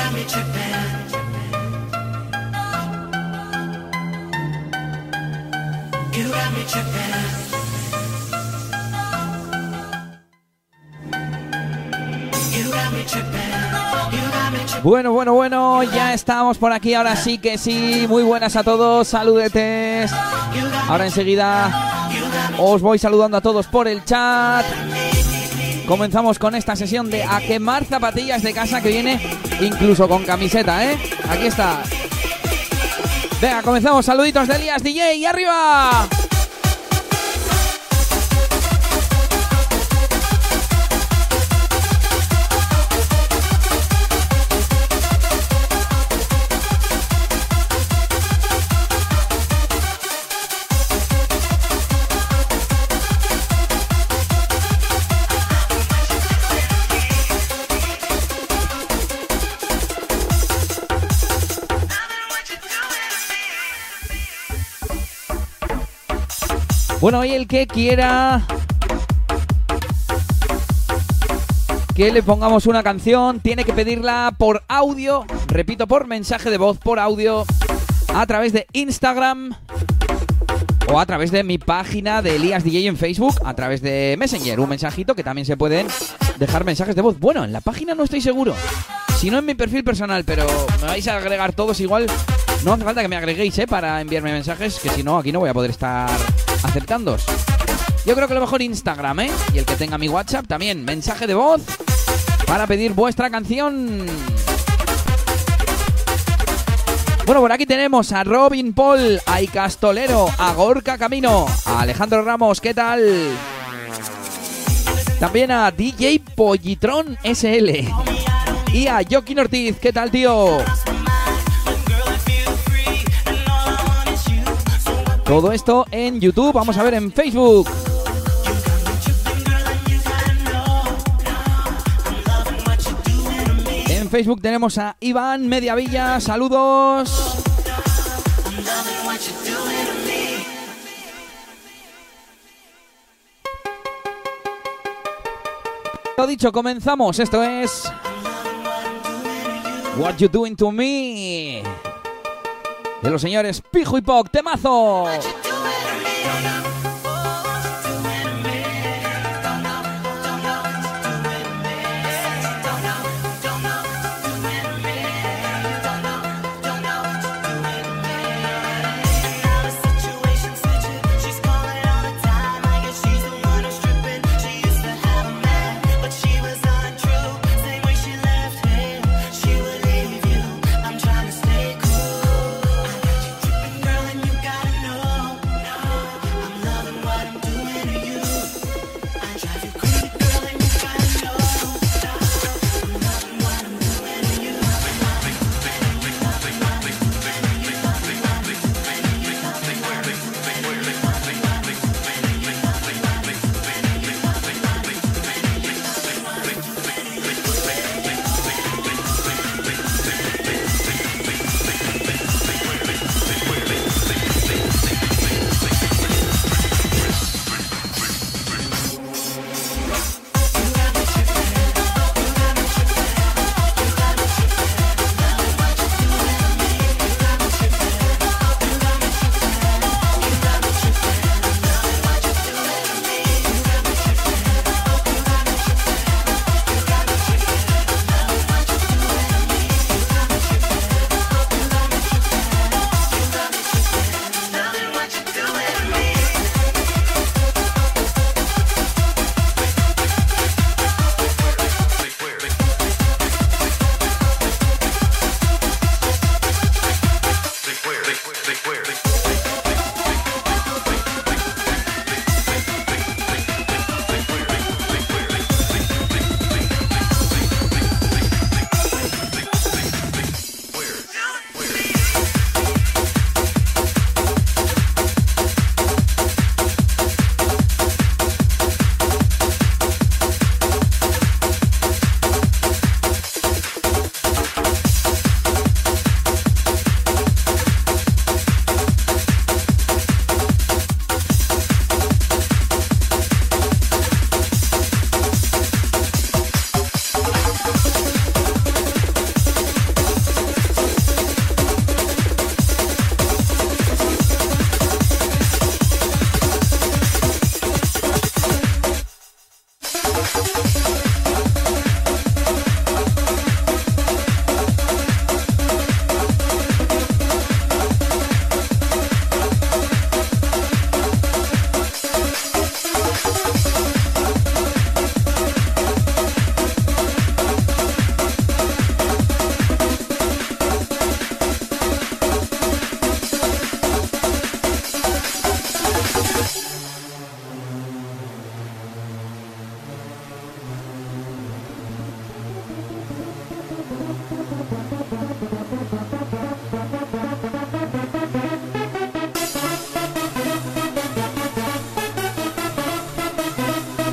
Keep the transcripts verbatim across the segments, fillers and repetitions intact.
Bueno, bueno, bueno, ya estamos por aquí, ahora sí que sí, muy buenas a todos, saludetes. Ahora enseguida os voy saludando a todos por el chat. Comenzamos con esta sesión de A Quemar Zapatillas de Casa, que viene incluso con camiseta, ¿eh? Aquí está. Venga, comenzamos, saluditos de Elías D J, ¡y arriba! Bueno, hoy el que quiera que le pongamos una canción tiene que pedirla por audio, repito, por mensaje de voz, por audio, a través de Instagram o a través de mi página de Elías D J en Facebook, a través de Messenger, un mensajito que también se pueden dejar mensajes de voz. Bueno, en la página no estoy seguro, si no en mi perfil personal, pero me vais a agregar todos igual. No hace falta que me agreguéis, ¿eh? Para enviarme mensajes, que si no, aquí no voy a poder estar aceptándoos. Yo creo que lo mejor Instagram, ¿eh? Y el que tenga mi WhatsApp también, mensaje de voz para pedir vuestra canción. Bueno, por aquí tenemos a Robin Paul, a Icastolero, a Gorka Camino, a Alejandro Ramos, ¿qué tal? También a D J Pollitron S L y a Joaquín Ortiz, ¿qué tal, tío? Todo esto en YouTube, vamos a ver en Facebook. En Facebook tenemos a Iván Mediavilla, saludos. Lo dicho, comenzamos, esto es What You Doing To Me, de los señores Pijo y Poc, temazo.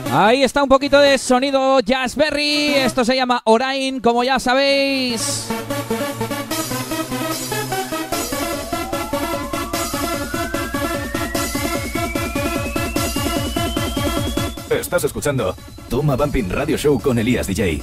Ahí está un poquito de sonido Jazzberry. Esto se llama Orain, como ya sabéis. Estás escuchando Toma Bumping Radio Show con Elías D J.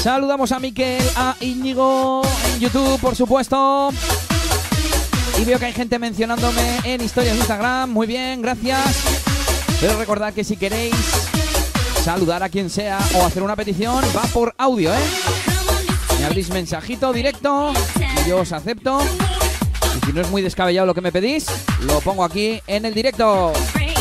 Saludamos a Miquel, a Íñigo en YouTube, por supuesto. Y veo que hay gente mencionándome en historias de Instagram. Muy bien, gracias. Pero recordad que si queréis saludar a quien sea o hacer una petición, va por audio, ¿eh? Me abrís mensajito directo y yo os acepto. Y si no es muy descabellado lo que me pedís, lo pongo aquí en el directo.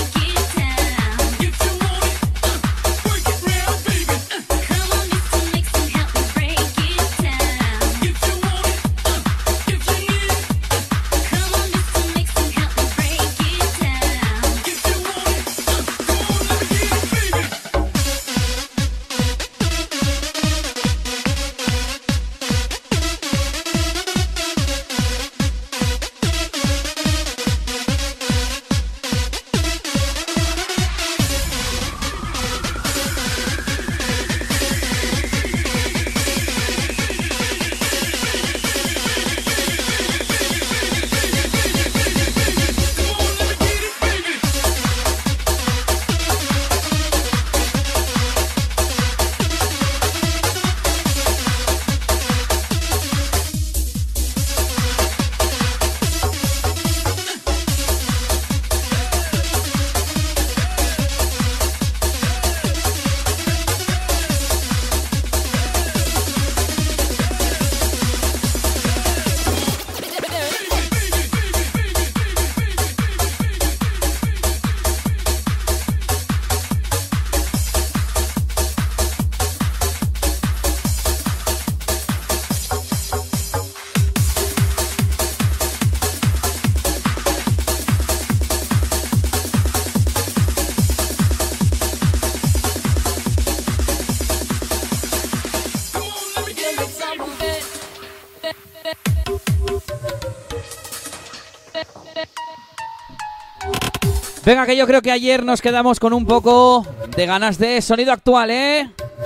Venga, que yo creo que ayer nos quedamos con un poco de ganas de sonido actual, ¿eh?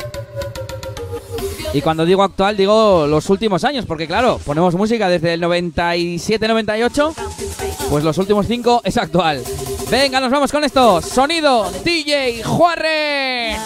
Y cuando digo actual, digo los últimos años, porque claro, ponemos música desde el noventa y siete noventa y ocho, pues los últimos cinco es actual. Venga, nos vamos con esto. Sonido D J Juarre.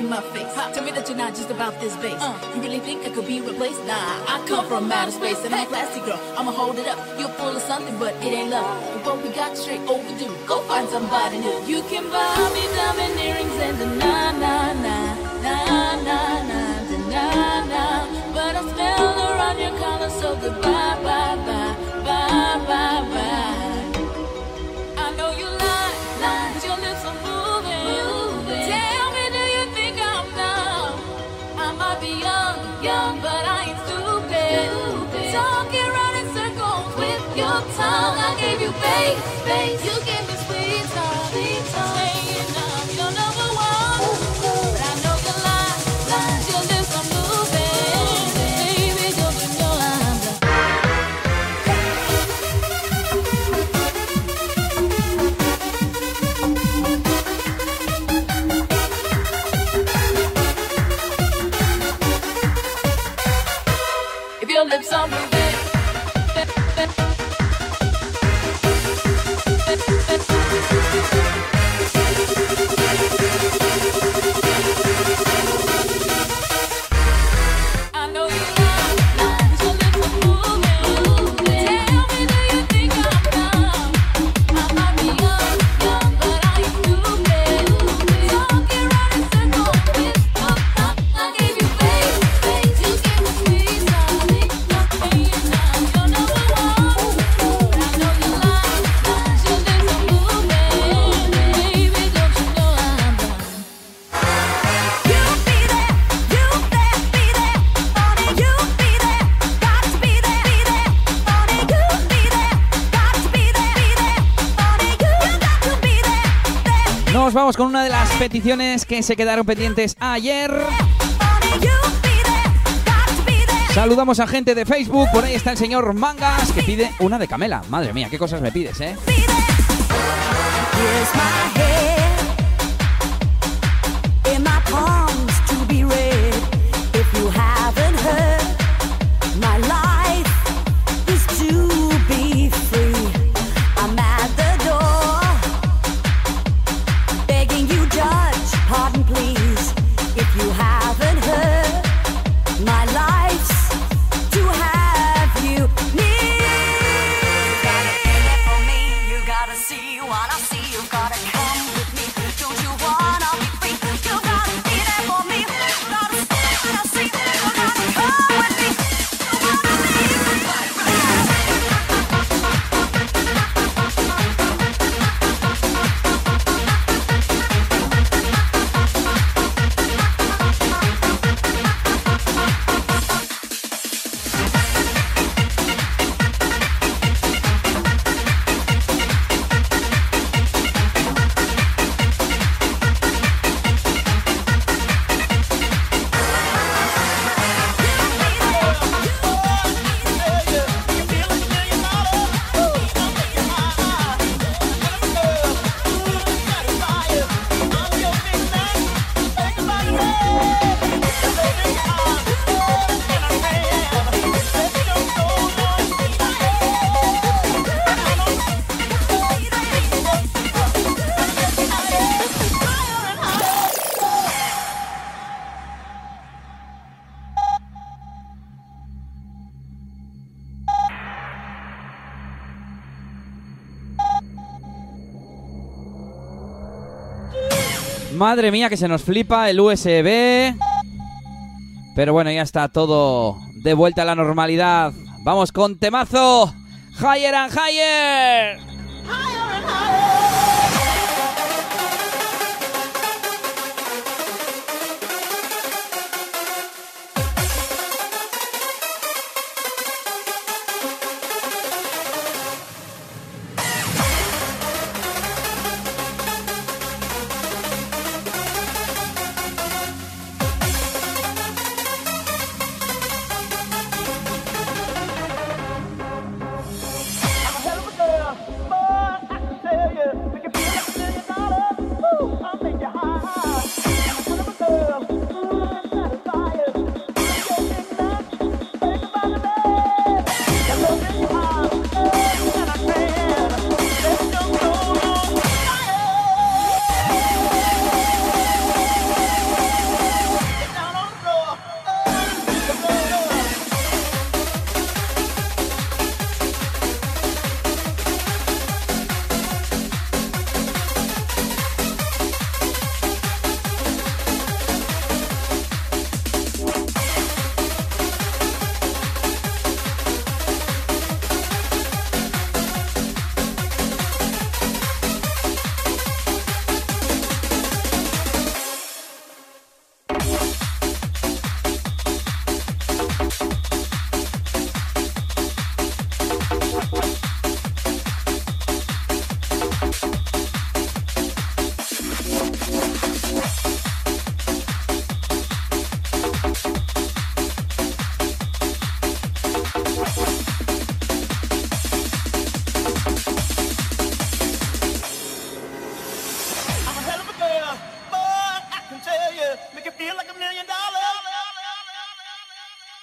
my face. Tell me that you're not just about this bass. Uh, you really think I could be replaced? Nah, I come from outer space and I'm a classy girl. I'ma hold it up. You're full of something, but it ain't love. But what we got straight overdue. Go find somebody new. You can buy me diamond earrings and the na na na na na na na na. But I smell around your collar, so goodbye, bye, bye, bye, bye, bye. I know you lie, lie, but your lips are moving. moving. Tell me, do you think I'm dumb? I might be young, young, but I ain't stupid. stupid. Talking around in circles with your tongue. I gave you faith, faith. You gave me sweet tongue, sweet tongue. Saying I'm your number one, but I know you lie, lie. Your lips are moving, baby. Don't you know I'm done? If your lips are moving. I know you lie, lie, but your lips are moving. Tell me, do you think I'm dumb? I might be young, young, but I ain't stupid. Talking around in circles with your tongue. I gave you faith, faith. You gave me sweet tongue, sweet tongue. Saying I'm your number one, but I know you lie, lie. Your lips are moving, baby. Don't you know I'm done? You be there, you there, be there, funny. You be there, got to be there, be there, funny. You be there, got to be there, be there, funny. You got to be there, there, Nos vamos con una de las peticiones que se quedaron pendientes ayer. funny. You be there, got to be there. Saludamos a gente de Facebook. Por ahí está el señor Mangas, que pide una de Camela. Madre mía, qué cosas me pides, ¿eh? Be there. Here's my head in my palms to be read. If you haven't heard, my life is to be free. I'm at the door, begging you, judge, pardon, please. If you haven't heard, my life's to have you near. You gotta be there for me. You gotta see what I see. You gotta come with me. Don't you wanna be free? You gotta be there for me. You gotta see what I see. You gotta come with me. You wanna be Madre mía, que se nos flipa el U S B. Pero bueno, ya está todo de vuelta a la normalidad. Vamos con temazo. Higher and higher. a hell of a girl.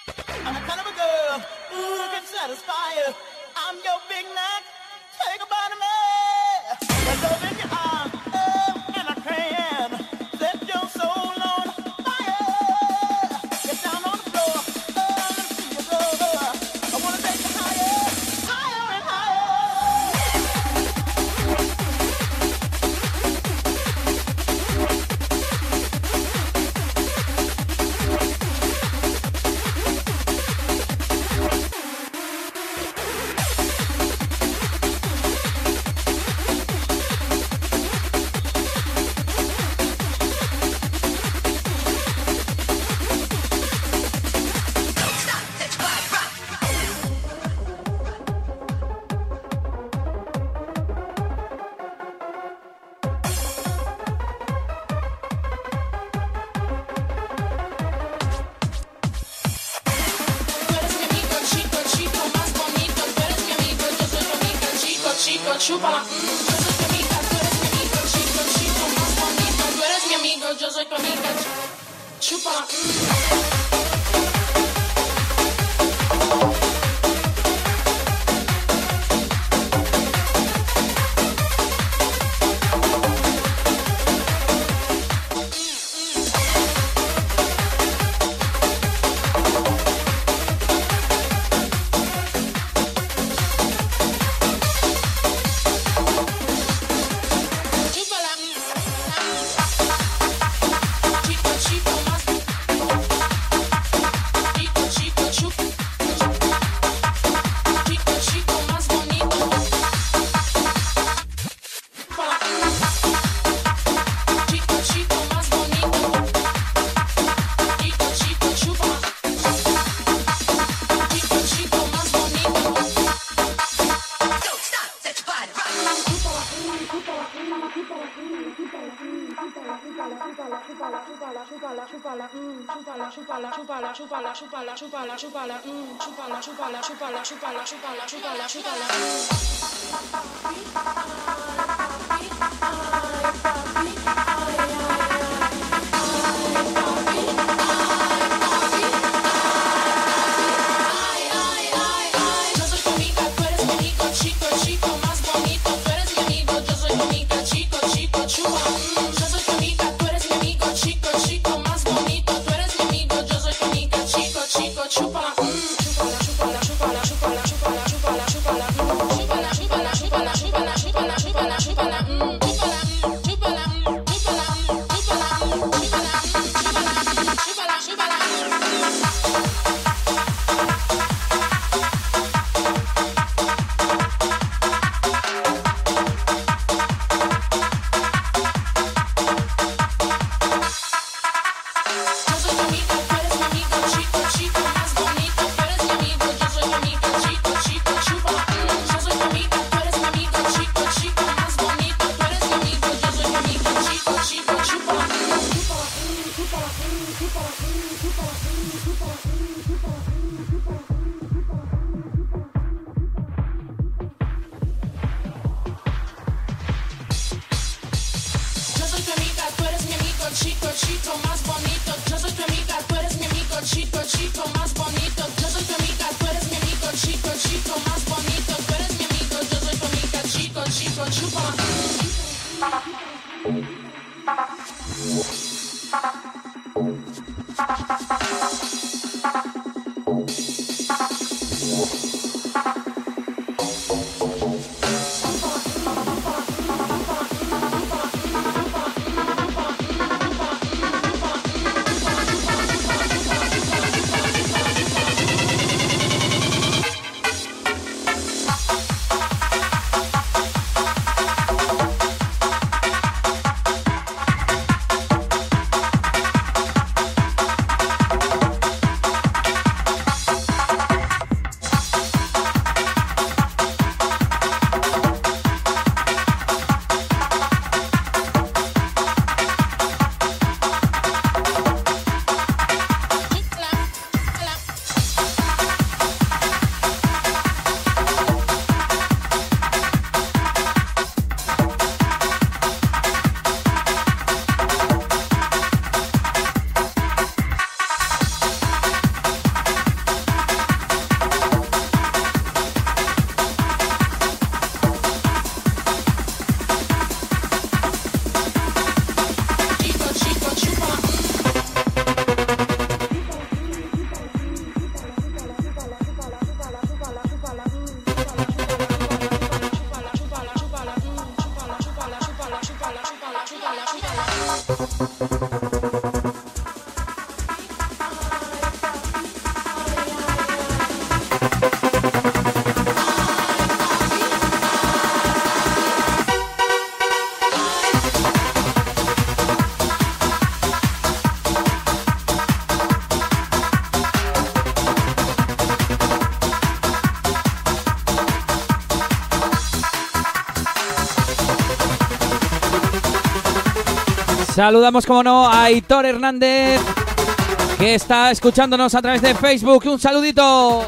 I'm the kind of a girl who can satisfy you. I'm your big Mac. Take a bite of me. Let love in your arms, oh, and I can set your soul on fire. Get down on the floor, oh, let me see you blow. I wanna take you higher, higher and higher. Chúpala, mm, yo soy tu amiga, tú eres mi amigo, chico, chico, más bonito. Tú eres mi amigo, yo soy tu amiga, chúpala, mm. Chúpala, chúpala, chúpala, chúpala, chúpala, chúpala, mm, chúpala, chúpala, chúpala, chúpala, chúpala, chúpala, chúpala, yo soy tu amiga, tú eres mi amigo, chico, chico, más bonito. Tú eres mi amigo, yo soy tu amiga, chico, chico, chúpala, mm, yo soy tu amiga, tú eres mi amigo, chico, chico, más bonito. Tú eres mi amigo, yo soy tu amiga, chico, chico, chúpala, mm, chúpala, chúpala, chúpala, chúpala, chúpala, chúpala, chúpala, mm, chúpala, chúpala, chúpala, chúpala, chúpala, chúpala. Saludamos, como no, a Aitor Hernández, que está escuchándonos a través de Facebook. Un saludito.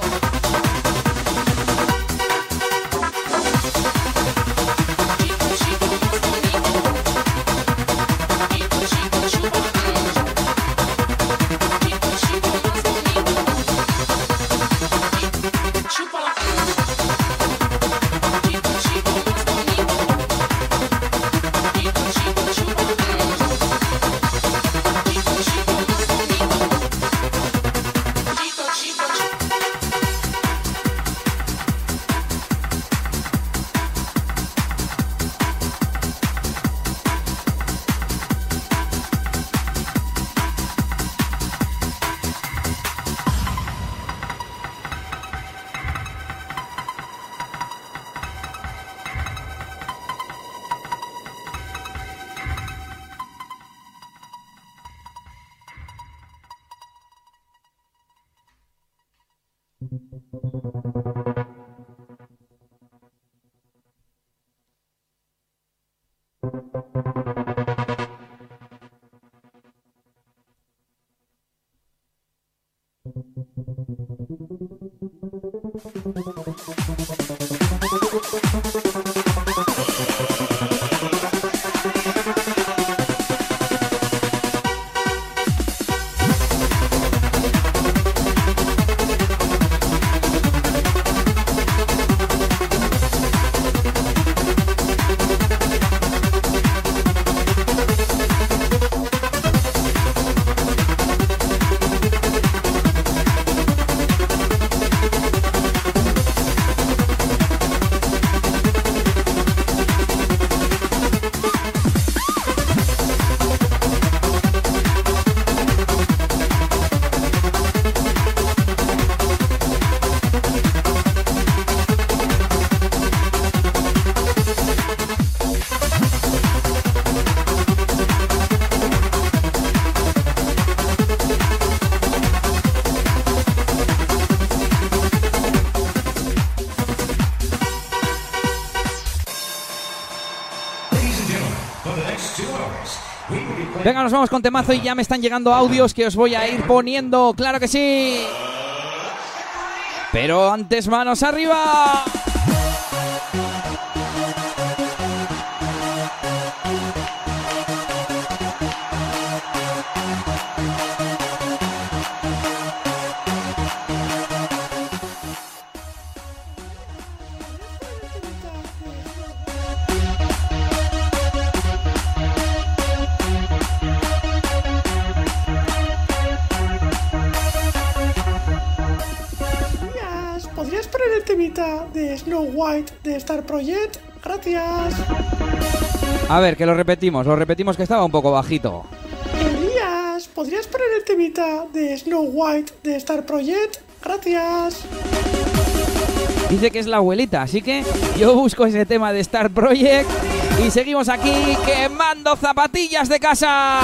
Venga, nos vamos con temazo y ya me están llegando audios que os voy a ir poniendo, claro que sí. Pero antes, manos arriba. De Snow White de Star Project, gracias. A ver, que lo repetimos, lo repetimos que estaba un poco bajito. Elías, ¿podrías poner el temita de Snow White de Star Project? Gracias. Dice que es la abuelita, así que yo busco ese tema de Star Project y seguimos aquí quemando zapatillas de casa.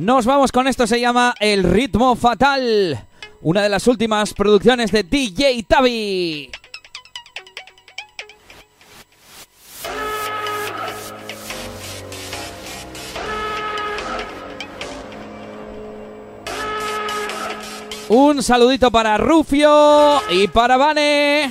Nos vamos con esto, se llama El Ritmo Fatal, una de las últimas producciones de D J Tavi. Un saludito para Rufio y para Vane.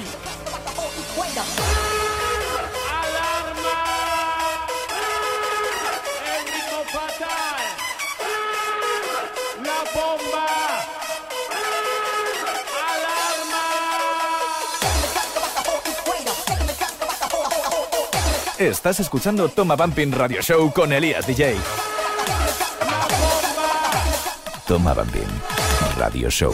Estás escuchando Toma Bumping Radio Show con Elías D J. Toma Bumping Radio Show.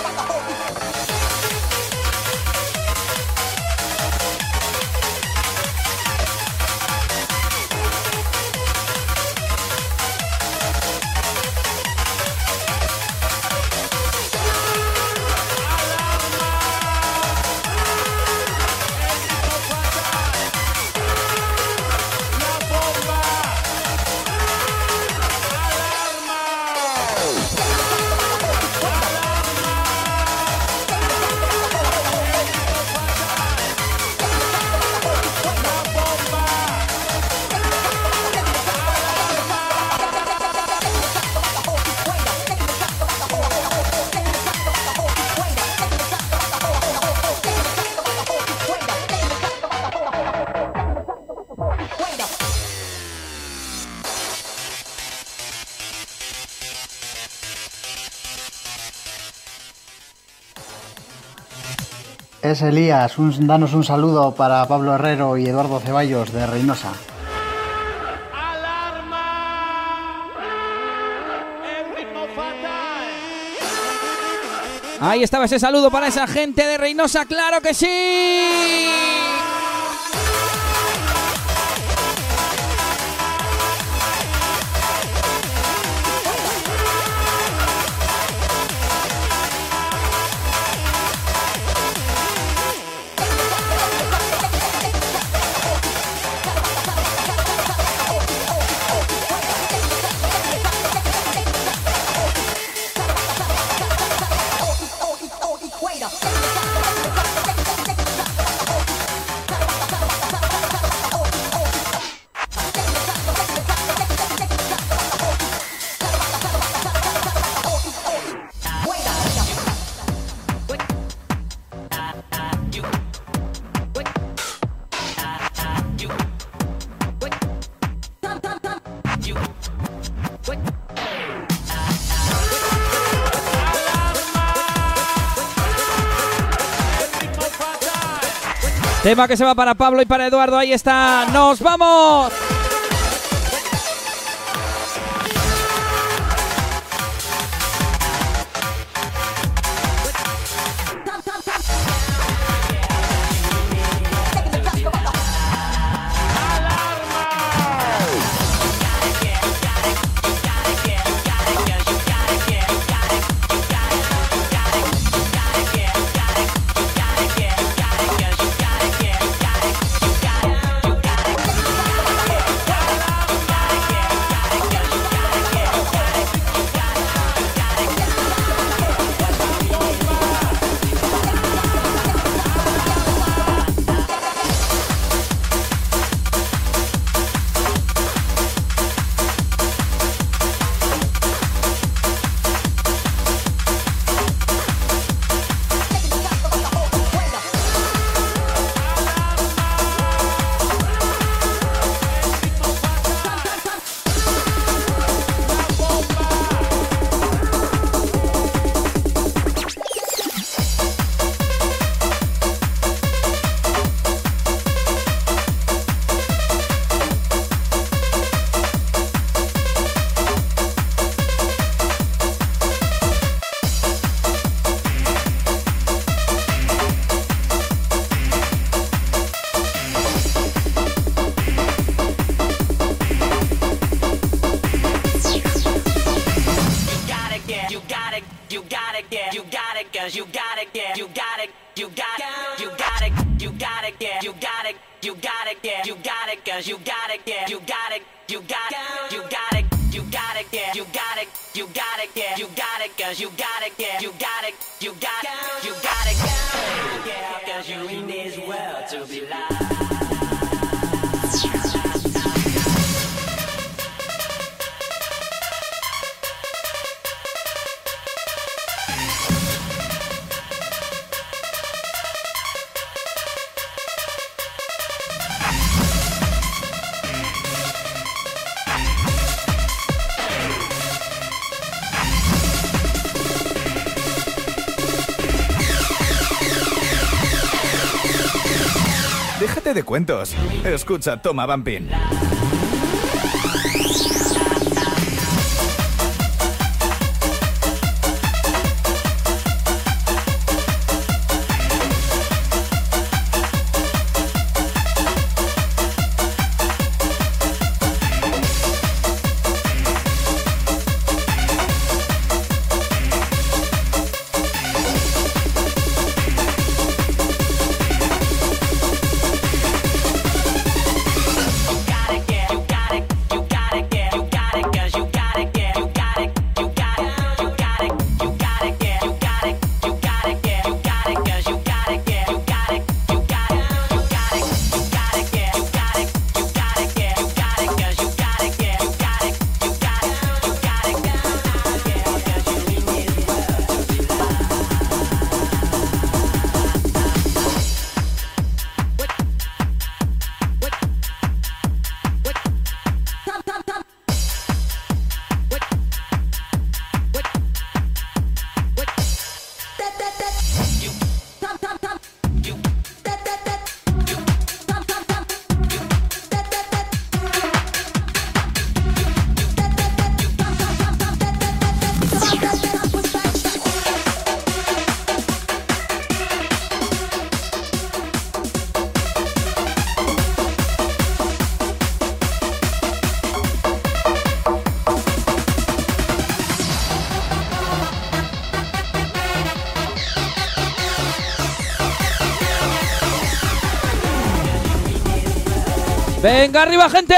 Es Elías, un, danos un saludo para Pablo Herrero y Eduardo Ceballos de Reynosa. Ahí estaba ese saludo para esa gente de Reynosa, ¡claro que sí! Tema que se va para Pablo y para Eduardo, ahí está, ¡nos vamos! You got it, you got it, you got it, you got it, you got it, you got it. yeah, you got it, cause you got it, yeah, you got it, you got it, you got it, yeah, cause you in this world to be loved. Déjate de cuentos. Escucha Toma Bumping. ¡Venga arriba, gente!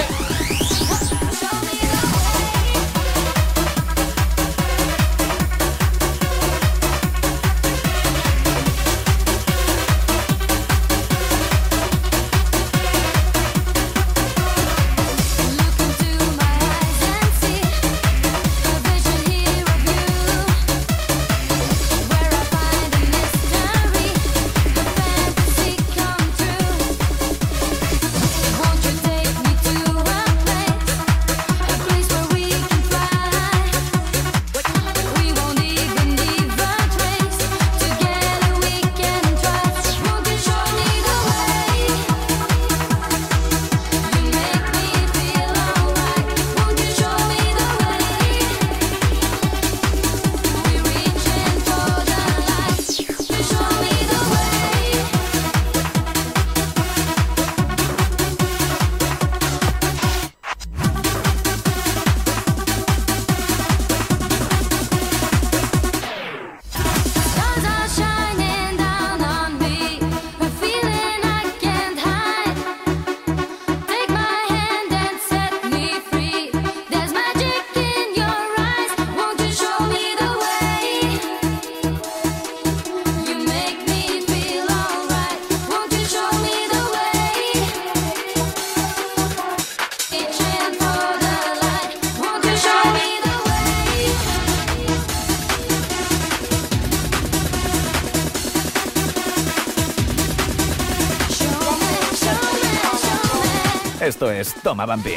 Esto es Toma Bumping.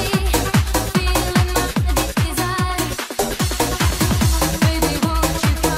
Baby, won't you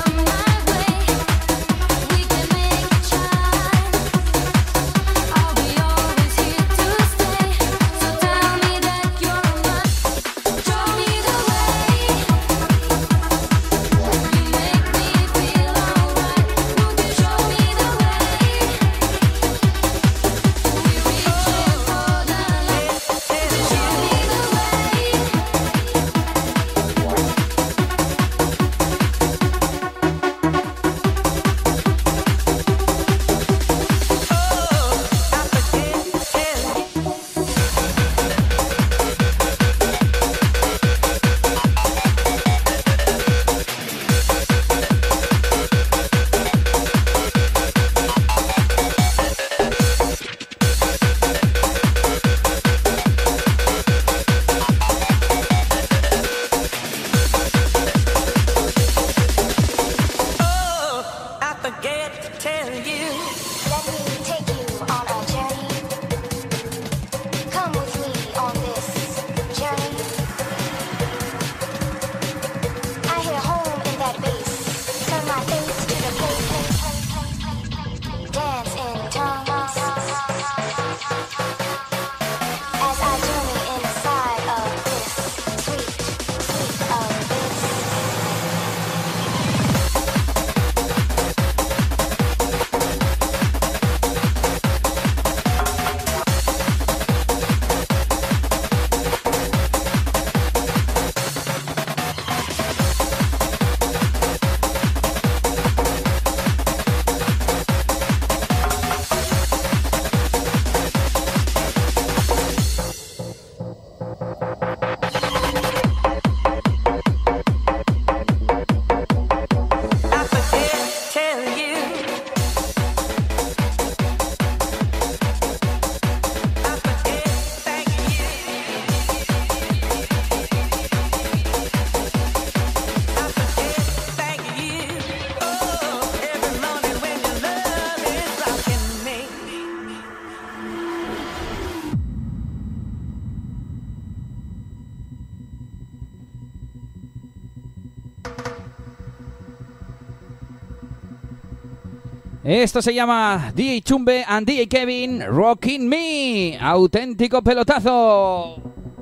Esto se llama D J Chumbe and D J Kevin Rockin' Me. Auténtico pelotazo.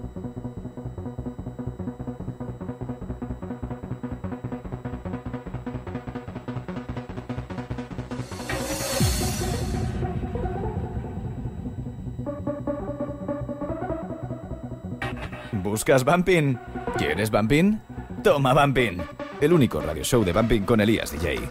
¿Buscas Bumping? ¿Quieres Bumping? Toma Bumping, el único radio show de Bumping con Elías D J.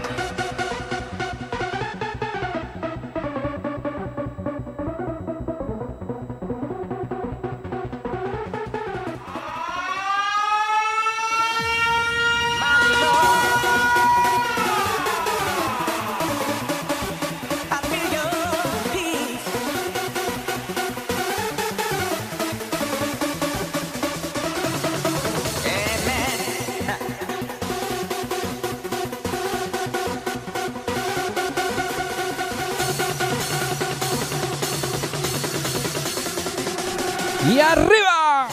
¡Y arriba!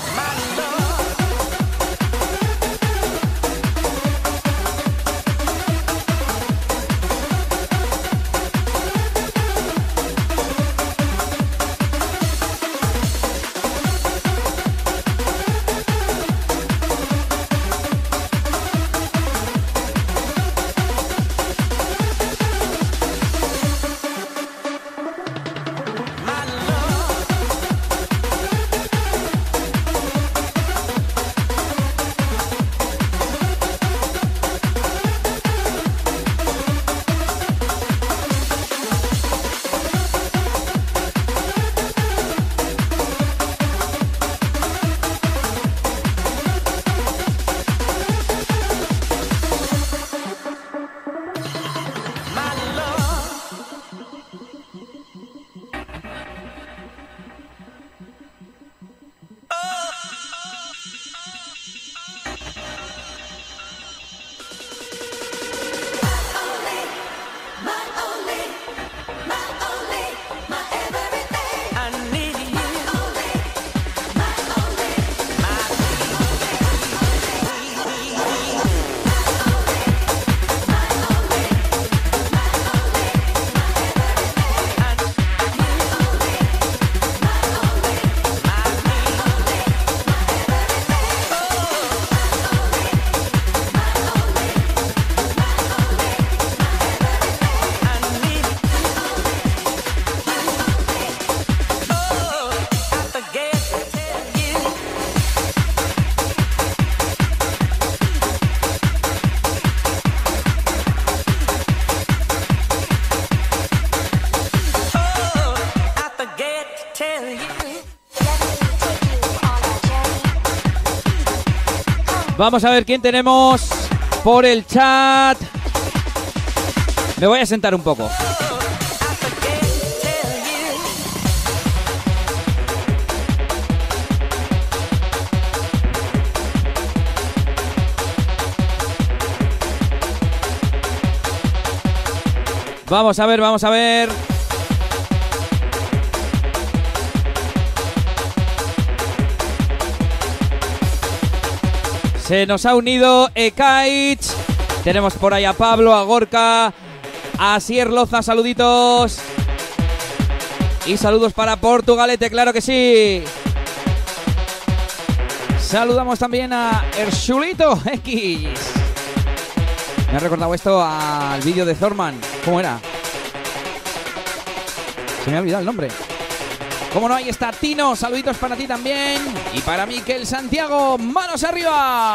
Vamos a ver quién tenemos por el chat. Me voy a sentar un poco. Vamos a ver, vamos a ver. Se nos ha unido Ekaich. Tenemos por ahí a Pablo, a Gorka, a Asier Loza, saluditos. Y saludos para Portugalete, claro que sí. Saludamos también a Ershulito X. Me ha recordado esto al vídeo de Thorman. ¿Cómo era? Se me ha olvidado el nombre. Como no, ahí está Tino, saluditos para ti también. Y para Miquel Santiago, manos arriba.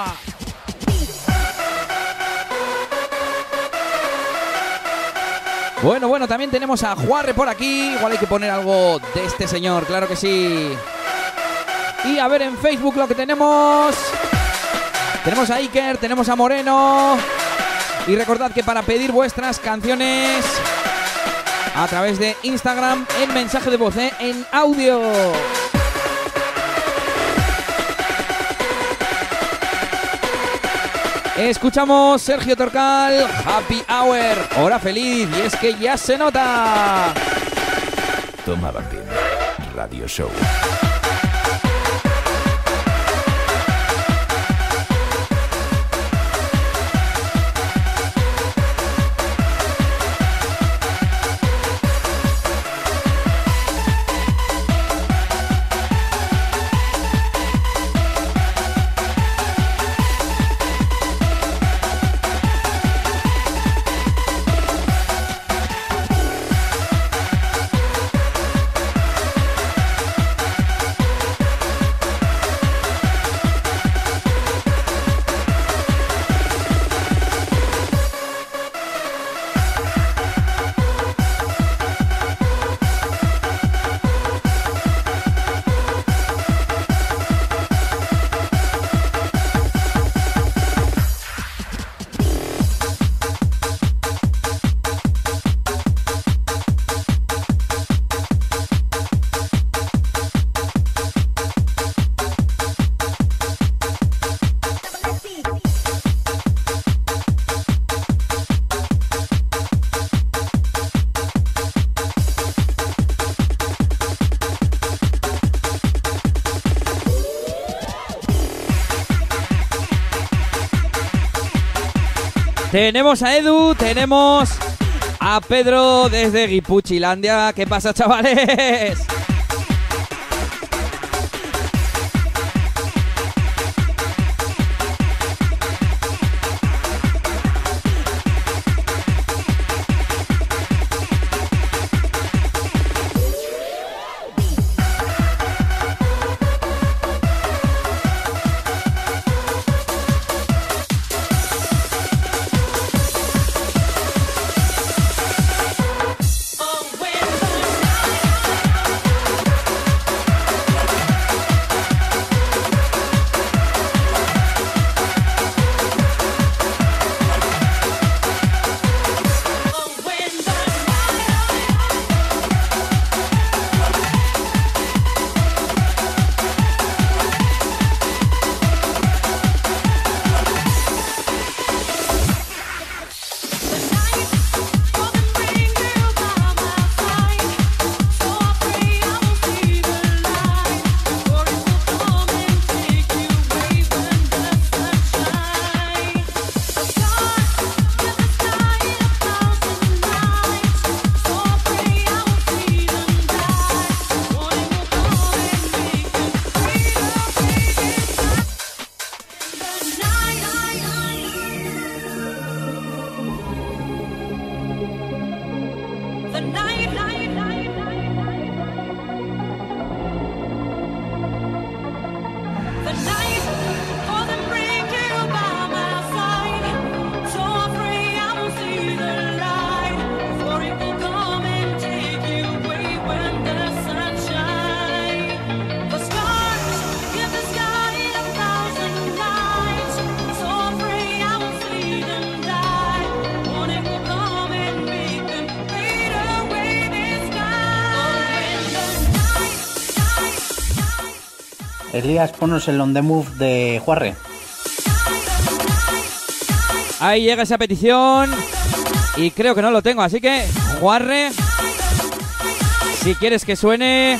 Bueno, bueno, también tenemos a Juarre por aquí. Igual hay que poner algo de este señor, claro que sí. Y a ver en Facebook lo que tenemos. Tenemos a Iker, tenemos a Moreno. Y recordad que para pedir vuestras canciones a través de Instagram en mensaje de voz, ¿eh? En audio. Escuchamos Sergio Torcal, Happy Hour, hora feliz, y es que ya se nota. Toma Bumping Radio Show. Tenemos a Edu, tenemos a Pedro desde Guipuchilandia. ¿Qué pasa, chavales? Elías, ponos el on the move de Juarre. Ahí llega esa petición y creo que no lo tengo, así que Juarre, si quieres que suene,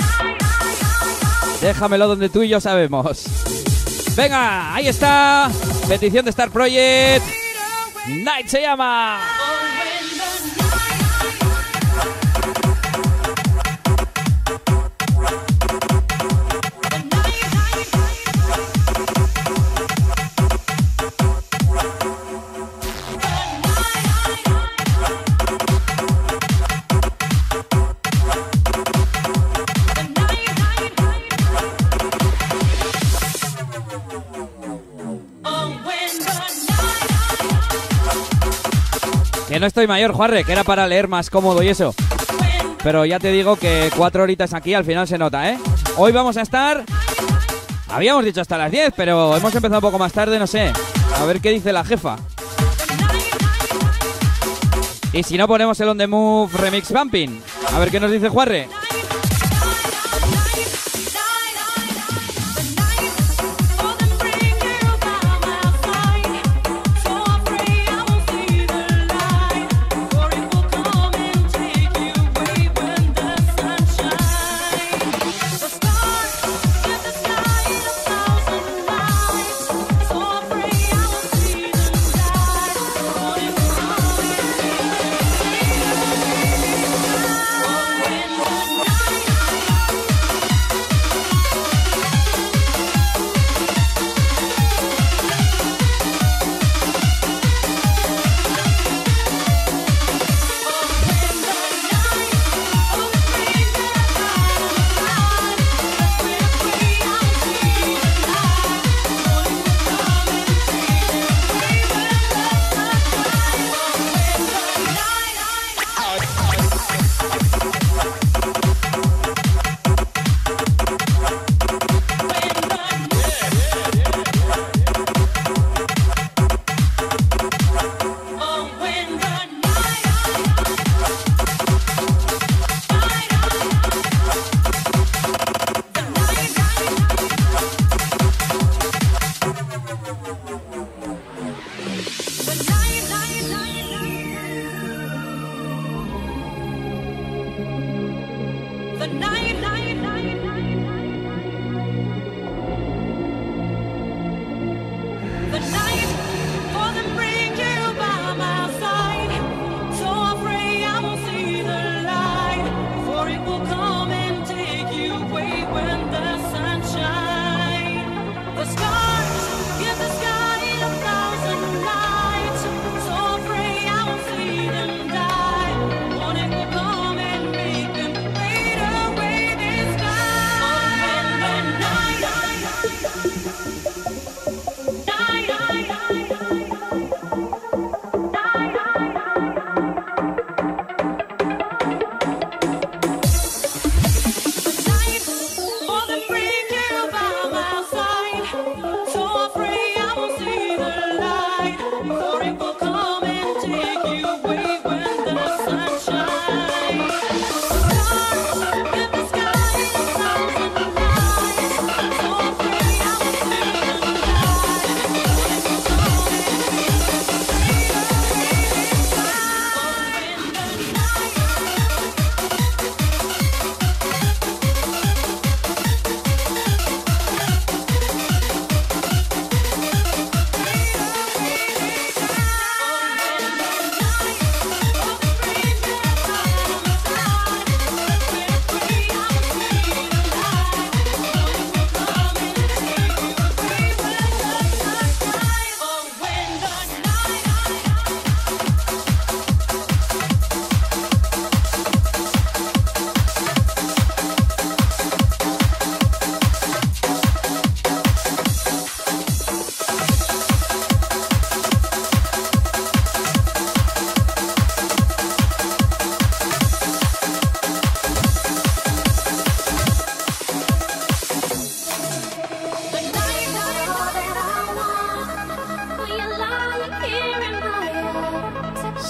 déjamelo donde tú y yo sabemos. Venga, ahí está, petición de Star Project, Night se llama. Que no estoy mayor, Juarre, que era para leer más cómodo y eso. Pero ya te digo que cuatro horitas aquí al final se nota, ¿eh? Hoy vamos a estar... Habíamos dicho hasta las diez, pero hemos empezado un poco más tarde, no sé. A ver qué dice la jefa. Y si no, ponemos el On The Move Remix Bumping. A ver qué nos dice Juarre.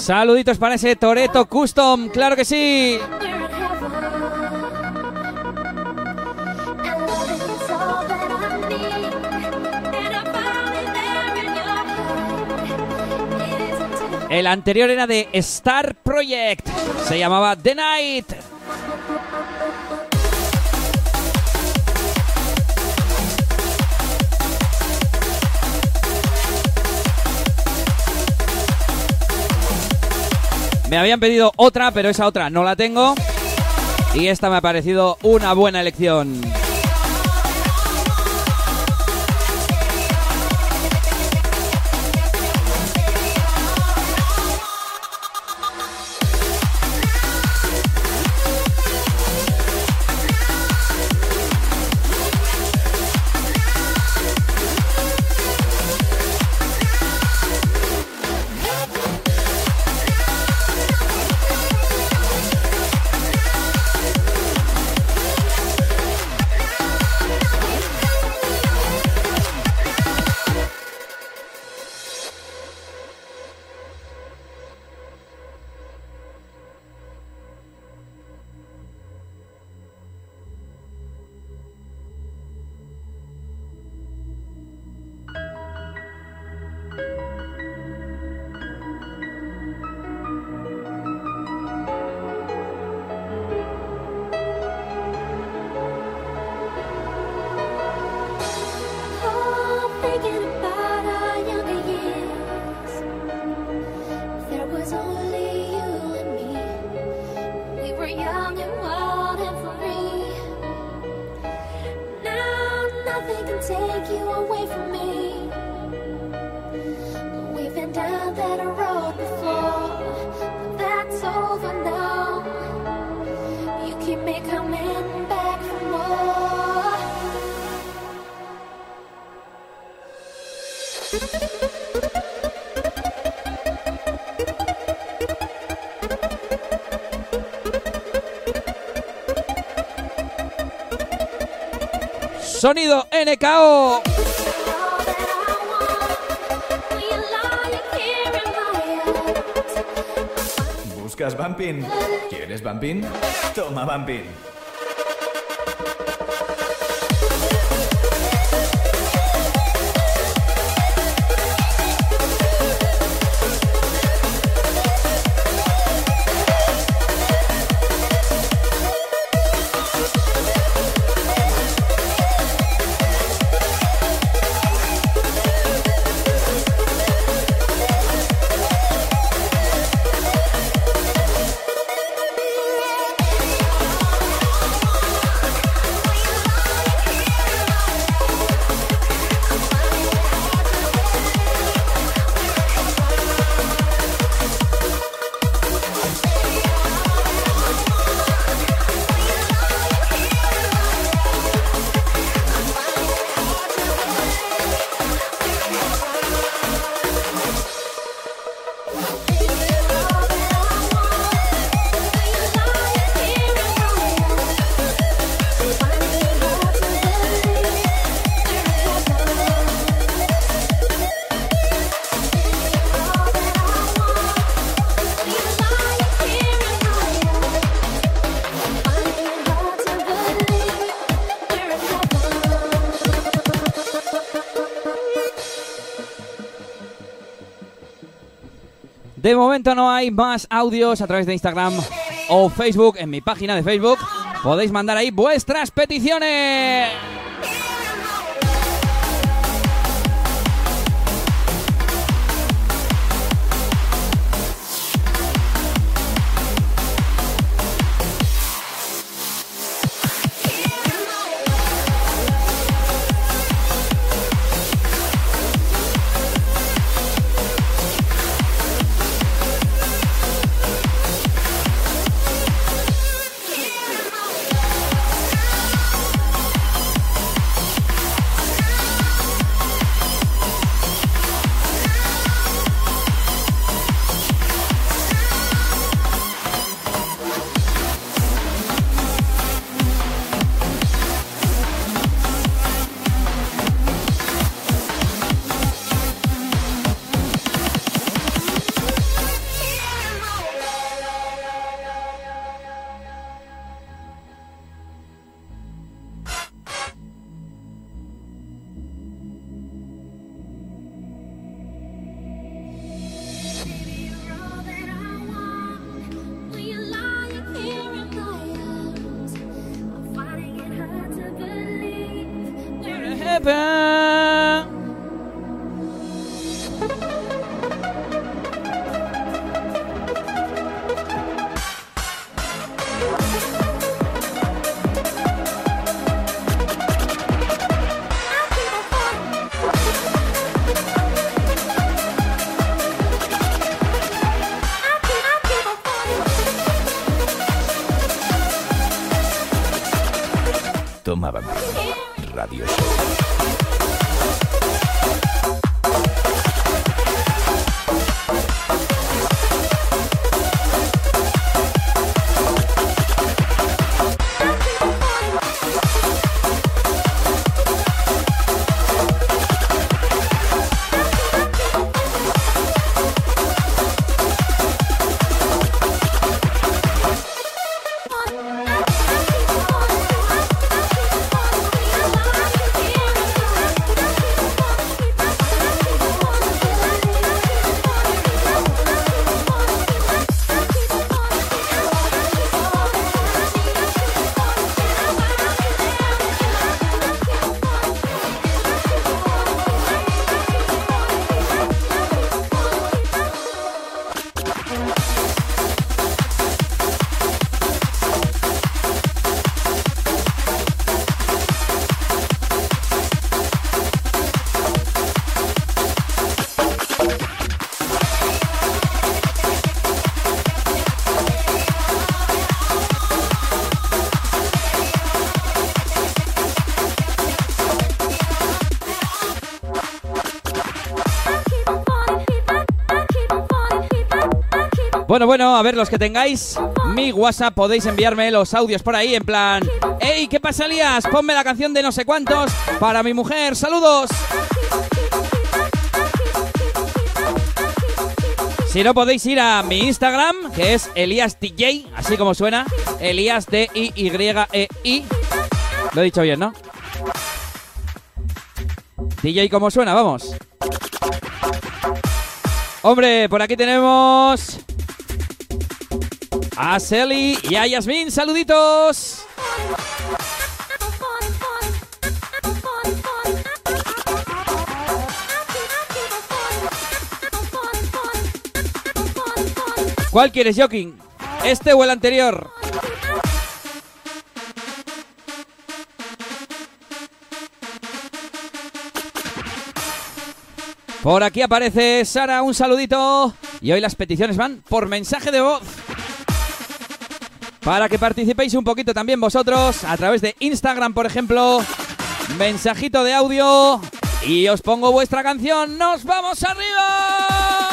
Saluditos para ese Toretto Custom, claro que sí. El anterior era de Star Project, se llamaba The Night. Me habían pedido otra, pero esa otra no la tengo. Y esta me ha parecido una buena elección. Sonido N K O. ¿Buscas Bumpin? ¿Quieres Bumpin? Toma Bumpin. De momento no hay más audios a través de Instagram o Facebook. En mi página de Facebook podéis mandar ahí vuestras peticiones. Yepa. Toma Bambín Radio Show. Bueno, bueno, a ver, los que tengáis mi WhatsApp podéis enviarme los audios por ahí en plan: ¡Ey, qué pasa, Elías! Ponme la canción de no sé cuántos para mi mujer. ¡Saludos! Si no, podéis ir a mi Instagram, que es Elías D J, así como suena, Elías D I Y E I. Lo he dicho bien, ¿no? D J como suena, vamos. Hombre, por aquí tenemos a Celi y a Yasmín, saluditos. ¿Cuál quieres, Joaquín? ¿Este o el anterior? Por aquí aparece Sara, un saludito. Y hoy las peticiones van por mensaje de voz, para que participéis un poquito también vosotros a través de Instagram, por ejemplo. Mensajito de audio y os pongo vuestra canción. ¡Nos vamos arriba!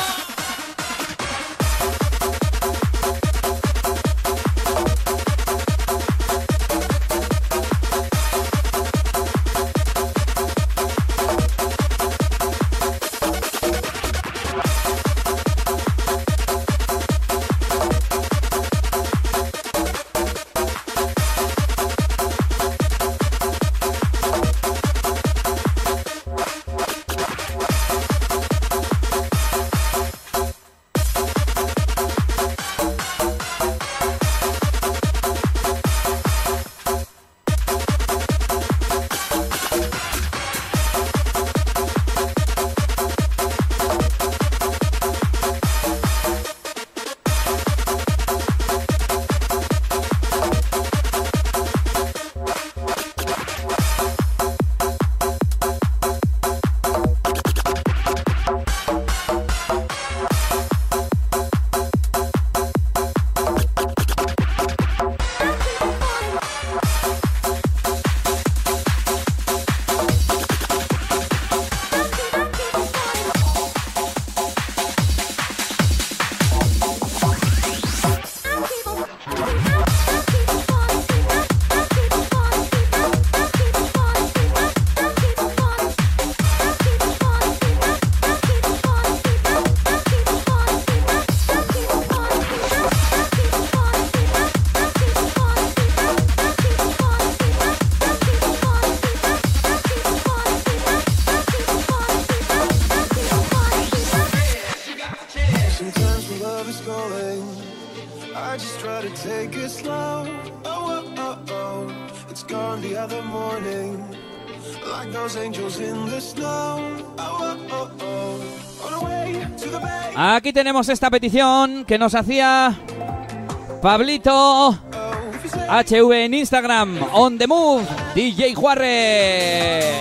like those angels in the snow. Oh, oh, oh. On the way to the bay. Aquí tenemos esta petición que nos hacía Pablito H V en Instagram. On the move, D J Juarre.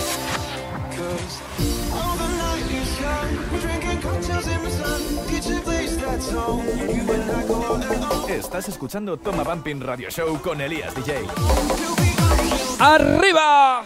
Estás escuchando Toma Bumping Radio Show con Elías D J. ¡Arriba!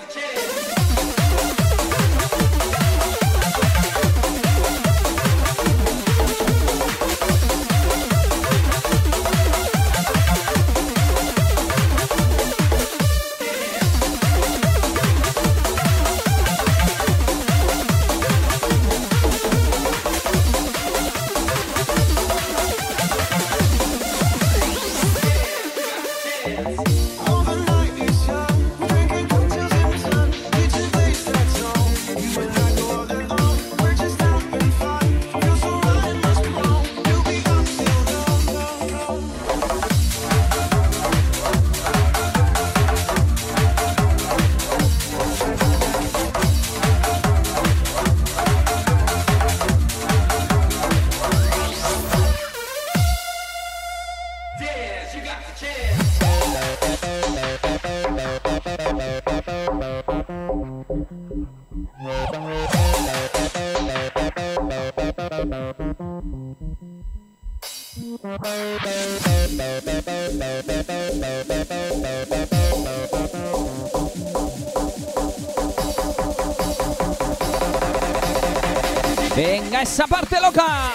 Venga esa parte loca.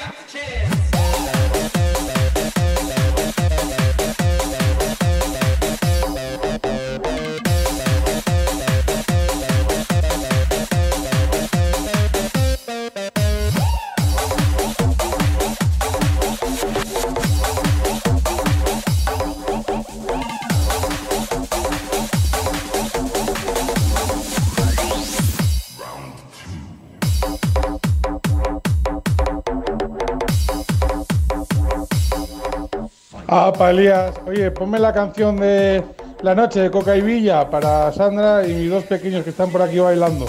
Ah, pa' Elías. Oye, ponme la canción de La Noche de Coca y Villa para Sandra y mis dos pequeños que están por aquí bailando.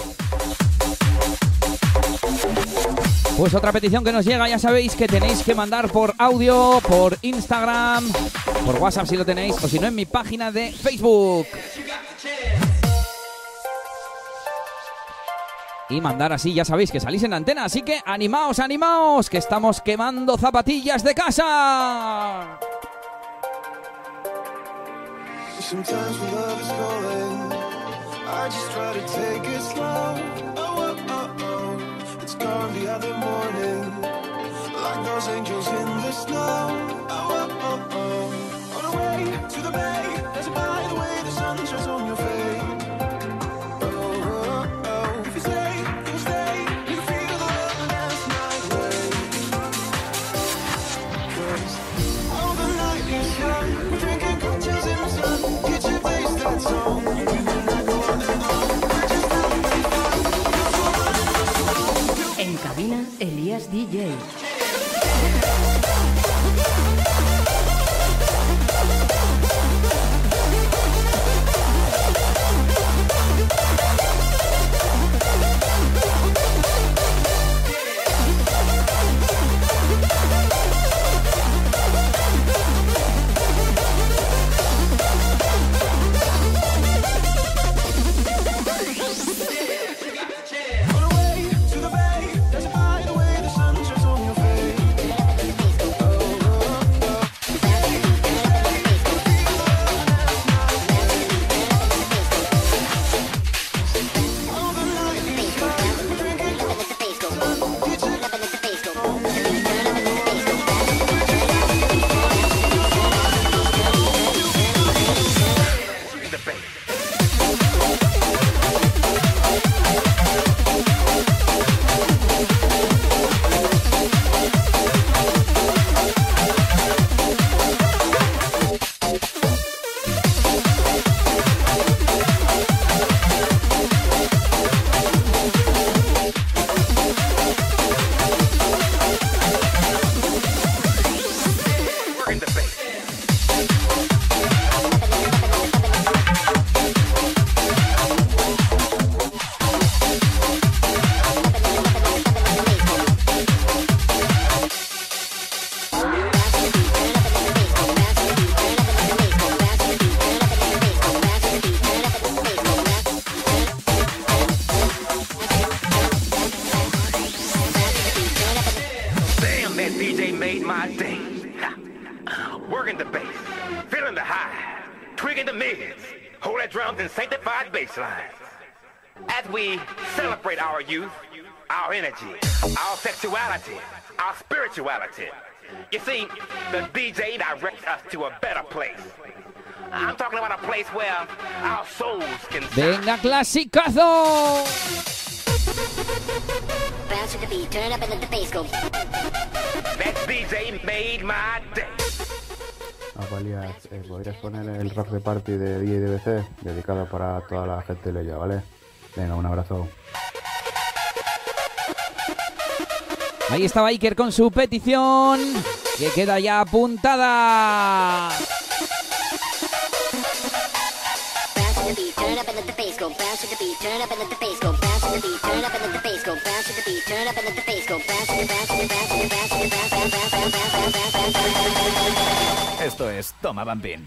Pues otra petición que nos llega, ya sabéis que tenéis que mandar por audio, por Instagram, por WhatsApp si lo tenéis, o si no en mi página de Facebook. Y mandar así, ya sabéis que salís en antena, así que animaos, animaos, que estamos quemando zapatillas de casa. Sometimes when love is calling, I just try to take it slow. Oh, oh, oh, oh. It's gone the other morning, like those angels in the snow. Oh, oh, oh, oh. On the way to the bay, dancing by the way the sun shines on your face. Oh, oh, oh. If you stay, you will stay. You can feel the love the last night rain. 'Cause all the night is young, we're drinking cocktails in the sun. Get your face that song. You will not go on and on. We're just having fun. En cabina, Elías D J. On the way to the bay, dancing by the way the sun shines on your and sanctified bass line. As we celebrate our youth, our energy, our sexuality, our spirituality, you see, the D J directs us to a better place. I'm talking about a place where our souls can shine. Venga, clasicazo. Bounce to the beat, turn up and let the bass go. That D J made my day. Apalias, eh, ¿podrías poner el rock de party de D J D B C? Dedicado para toda la gente de Leia, ¿vale? Venga, un abrazo. Ahí estaba Iker con su petición, que queda ya apuntada. Bounce to the beat, turn up and let the bass go. Bounce to the beat, turn up and let the bass go. Bounce to the beat, turn up and let the bass go. Bounce to the beat, turn up and let the bass go. Bounce to the bounce to the bounce to the bounce to the bounce bounce bounce bounce bounce bounce bounce. Esto es Toma Bambín.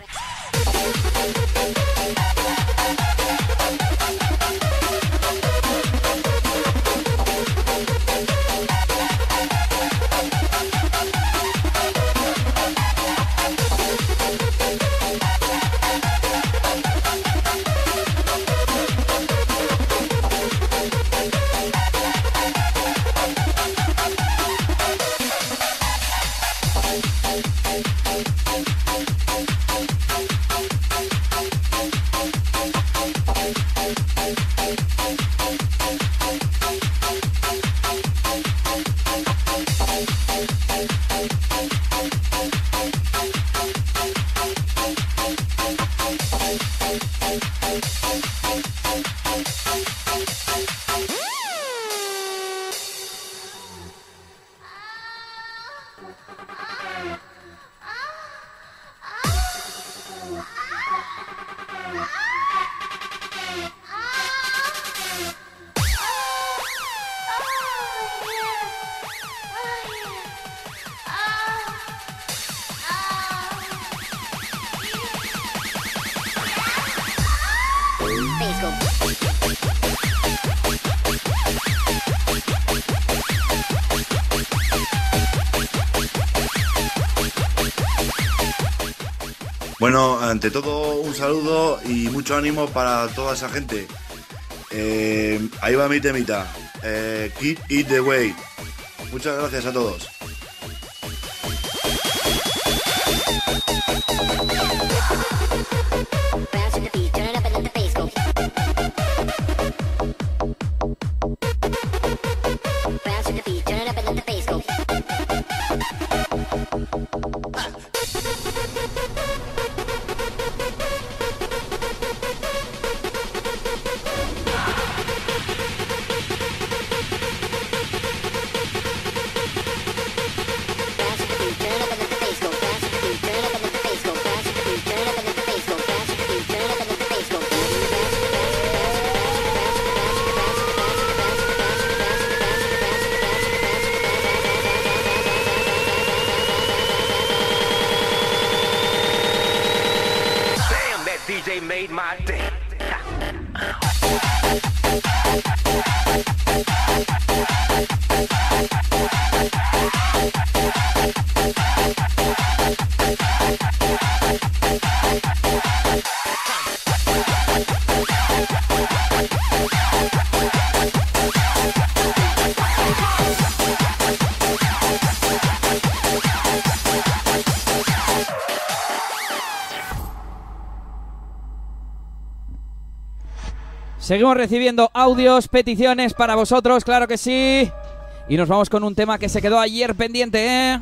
Bueno, ante todo un saludo y mucho ánimo para toda esa gente. Eh, ahí va mi temita. Eh, Keep It The Way. Muchas gracias a todos. Seguimos recibiendo audios, peticiones para vosotros, claro que sí. Y nos vamos con un tema que se quedó ayer pendiente, ¿eh?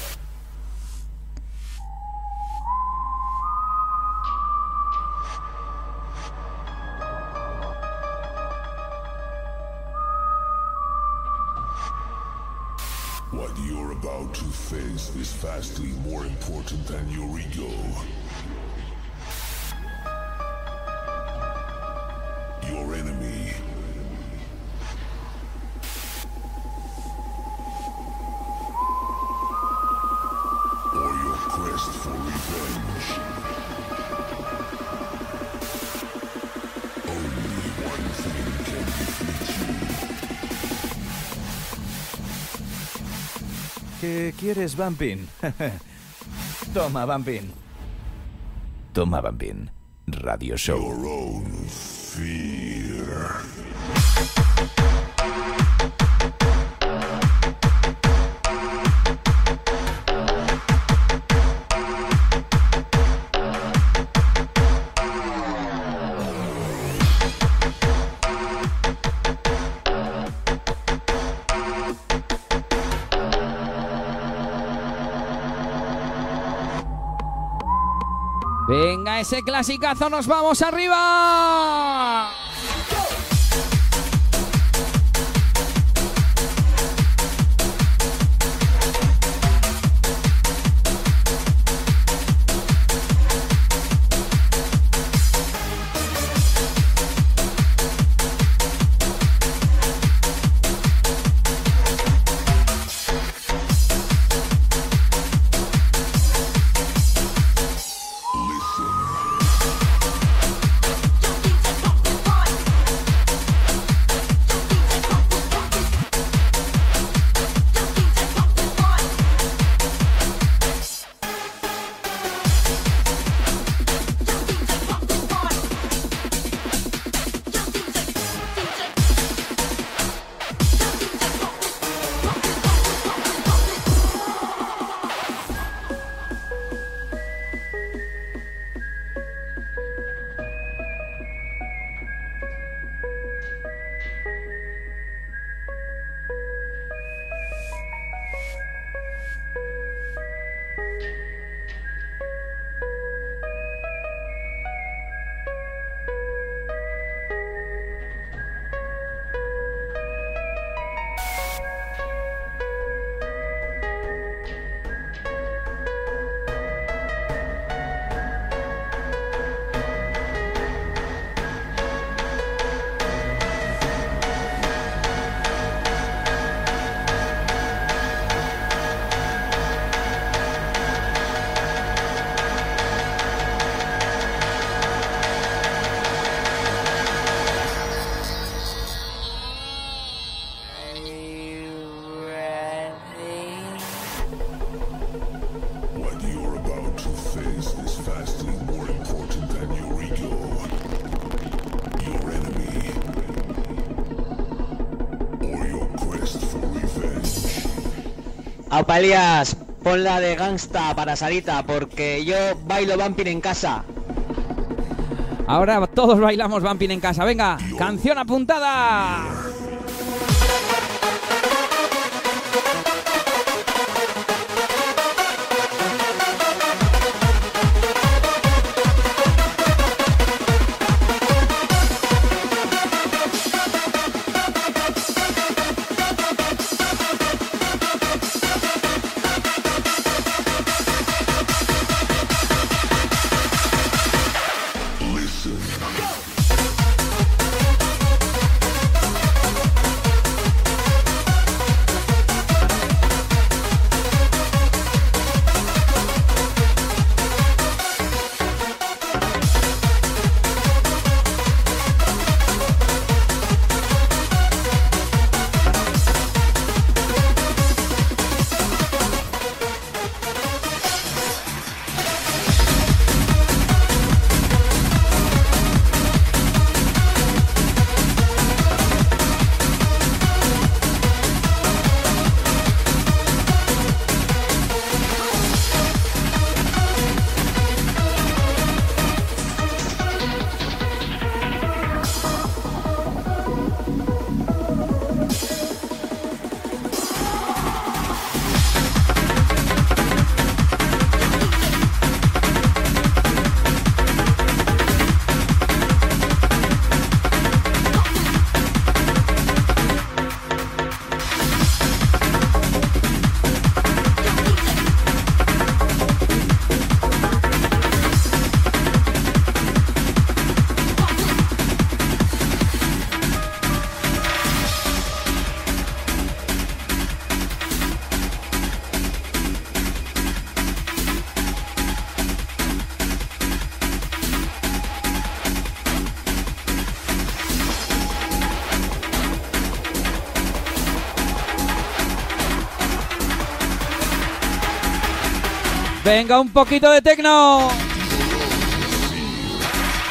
What you're about to face is vastly more important than your ego. Your enemy. Or your quest for revenge. Only one thing can defeat you. ¿Qué quieres, Bambín? Toma, Bambín. Toma, Bambín. Radio Show. Your own fear. Venga, ese clasicazo, nos vamos arriba. Apalias, pon la de Gangsta para Sarita, porque yo bailo bumping en casa. Ahora todos bailamos bumping en casa. Venga, canción apuntada. Venga, un poquito de tecno.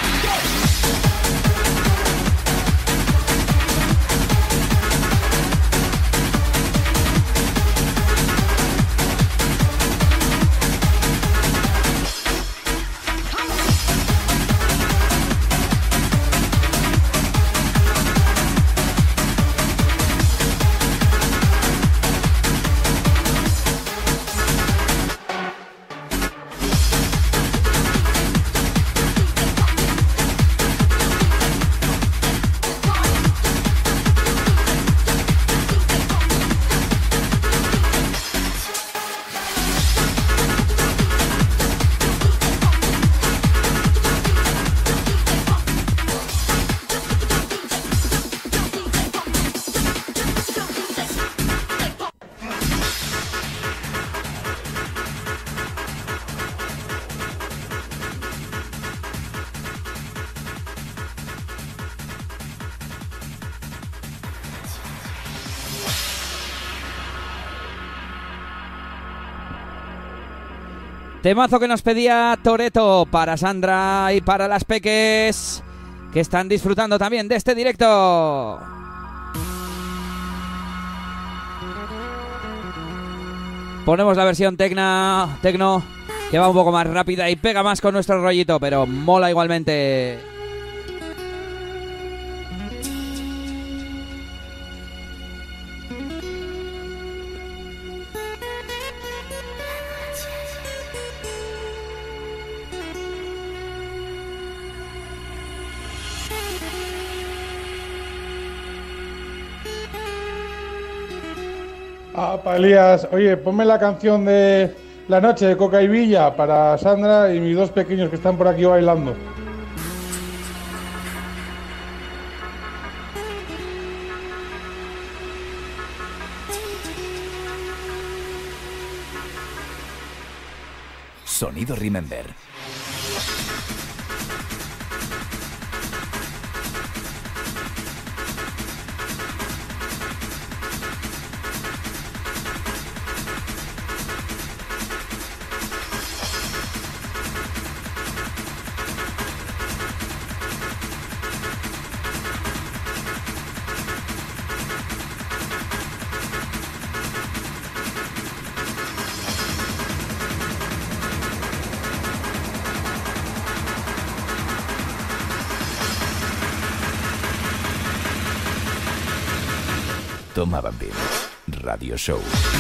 Temazo que nos pedía Toretto para Sandra y para las peques que están disfrutando también de este directo. Ponemos la versión tecna, tecno, que va un poco más rápida y pega más con nuestro rollito, pero mola igualmente. Ah, Palías, oye, ponme la canción de La Noche de Coca y Villa para Sandra y mis dos pequeños que están por aquí bailando. Sonido Remember. Toma Bambín Radio Show.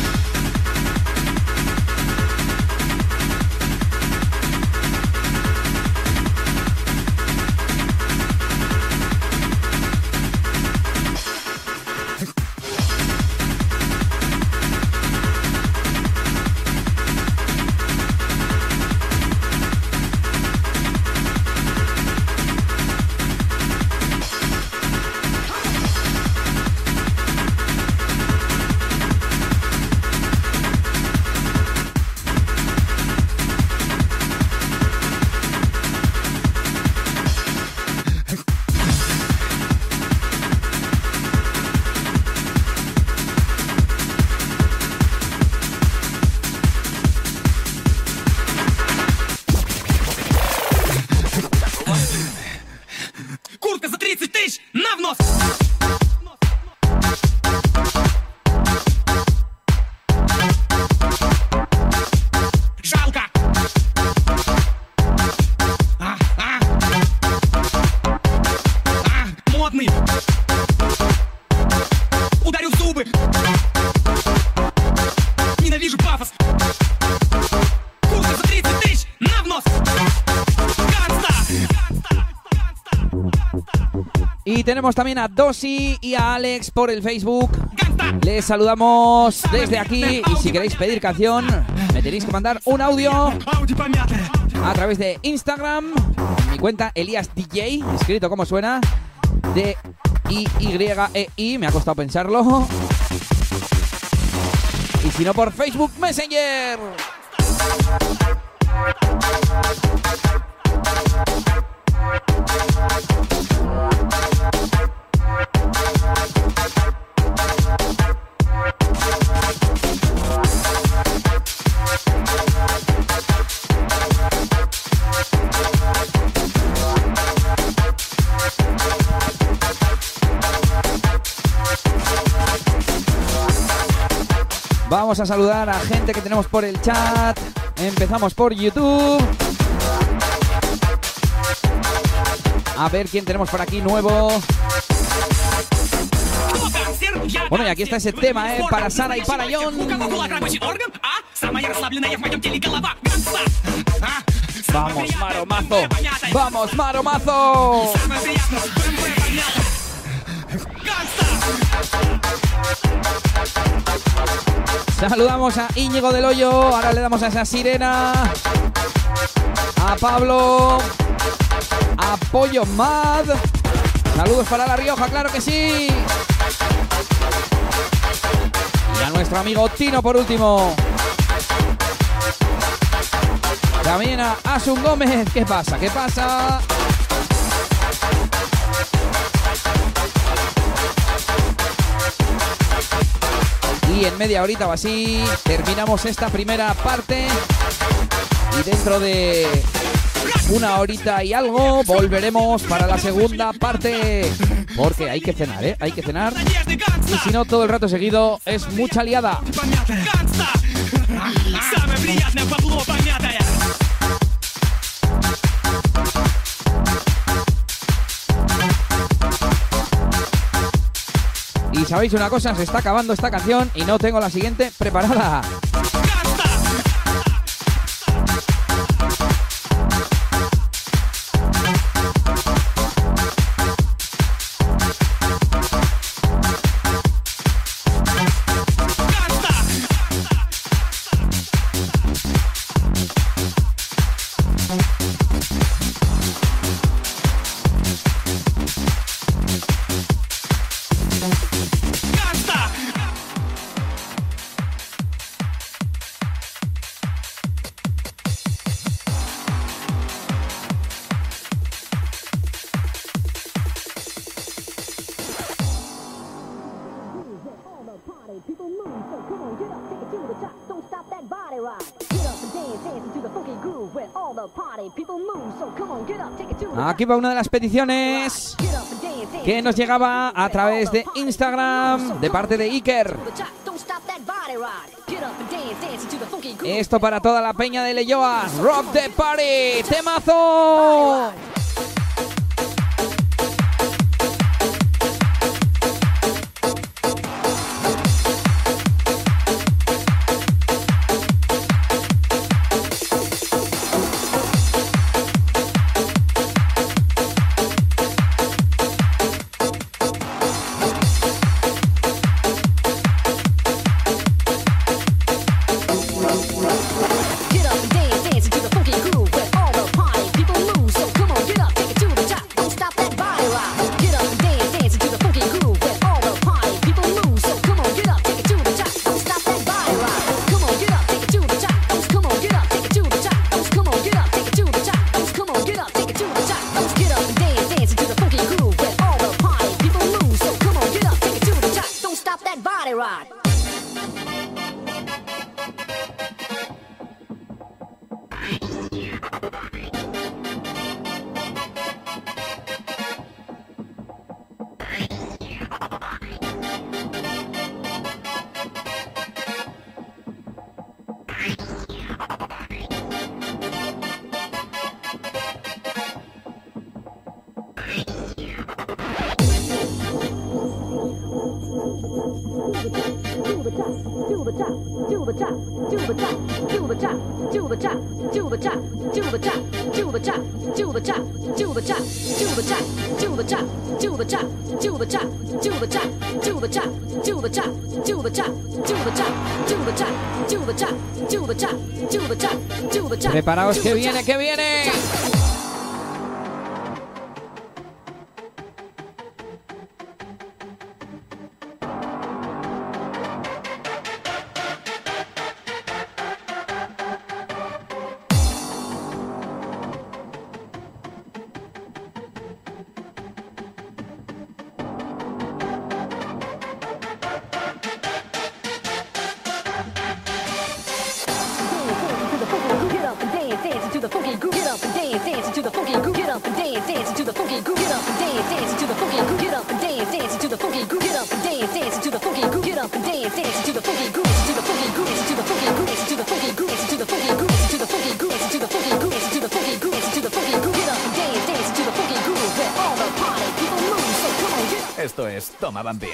Y tenemos también a Dosi y a Alex por el Facebook. Les saludamos desde aquí y si queréis pedir canción me tenéis que mandar un audio a través de Instagram, mi cuenta Elías D J, escrito como suena, D I Y E I, me ha costado pensarlo. Y si no por Facebook Messenger. Vamos a saludar a gente que tenemos por el chat. Empezamos por YouTube. A ver quién tenemos por aquí nuevo. Bueno, y aquí está ese tema, ¿eh? Para Sara y para John. Vamos, maromazo. Vamos, maromazo. Saludamos a Íñigo del Hoyo. Ahora le damos a esa sirena. A Pablo. A Pollo Mad. Saludos para La Rioja, claro que sí. Y a nuestro amigo Tino por último. También a Asun Gómez. ¿Qué pasa? ¿Qué pasa? Y en media horita o así terminamos esta primera parte Y dentro de una horita y algo volveremos para la segunda parte. Porque hay que cenar, ¿eh? Hay que cenar. Y si no, todo el rato seguido es mucha liada. Y sabéis una cosa, se está acabando esta canción y no tengo la siguiente preparada. Aquí va una de las peticiones que nos llegaba a través de Instagram de parte de Iker. Esto para toda la peña de Leyoa. Rock the Party, temazo. Preparaos que viene, que viene. Esto es Toma Bambín.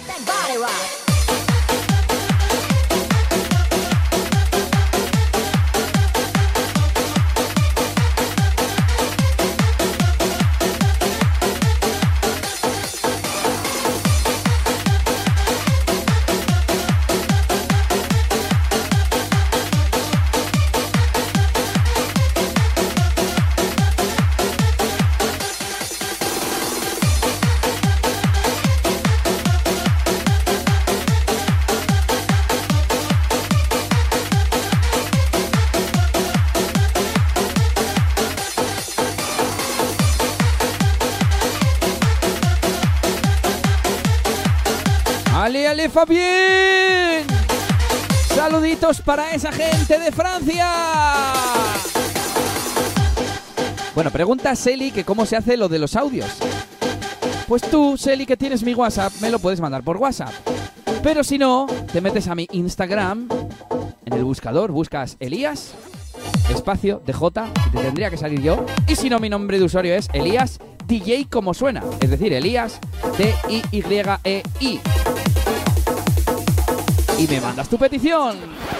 ¡Ale, ale, Fabien! Saluditos para esa gente de Francia. Bueno, pregunta Selly que cómo se hace lo de los audios. Pues tú, Selly, que tienes mi WhatsApp, me lo puedes mandar por WhatsApp. Pero si no, te metes a mi Instagram, en el buscador, buscas Elías, espacio, D J, y te tendría que salir yo. Y si no, mi nombre de usuario es Elías D J como suena, es decir, Elías T I Y E I. Y me mandas tu petición.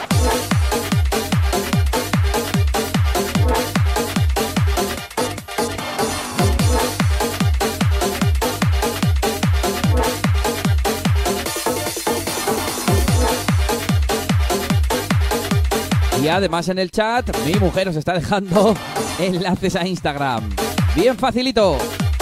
Y además en el chat, mi mujer os está dejando enlaces a Instagram. Bien facilito.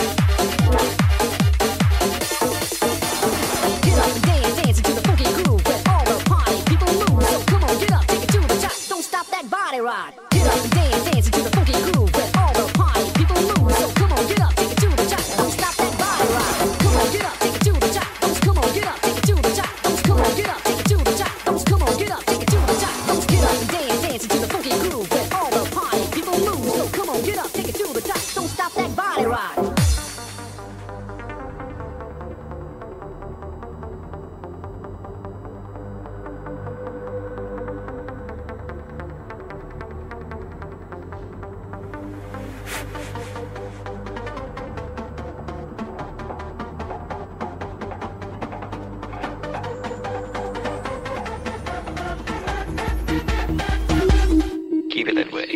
Keep it that way.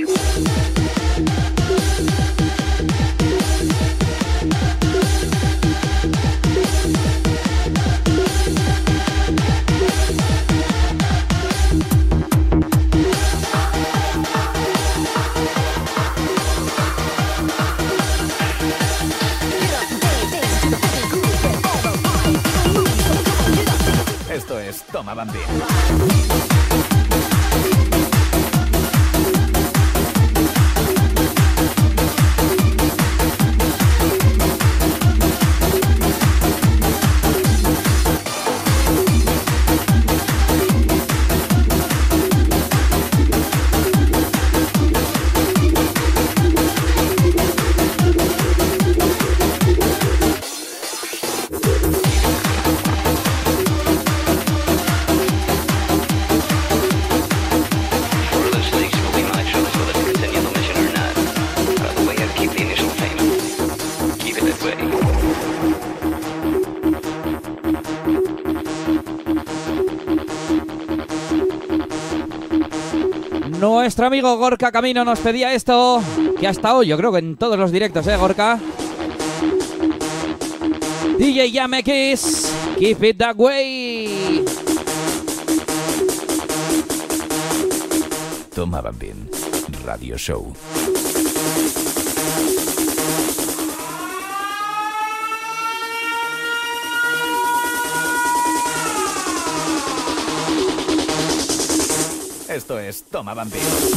Esto es Toma Bambín. Nuestro amigo Gorka Camino nos pedía esto, que ha estado, yo creo que en todos los directos, ¿eh, Gorka? D J Jam X, Keep It That Way. Toma Bambín, Radio Show. Esto es Toma Bambín.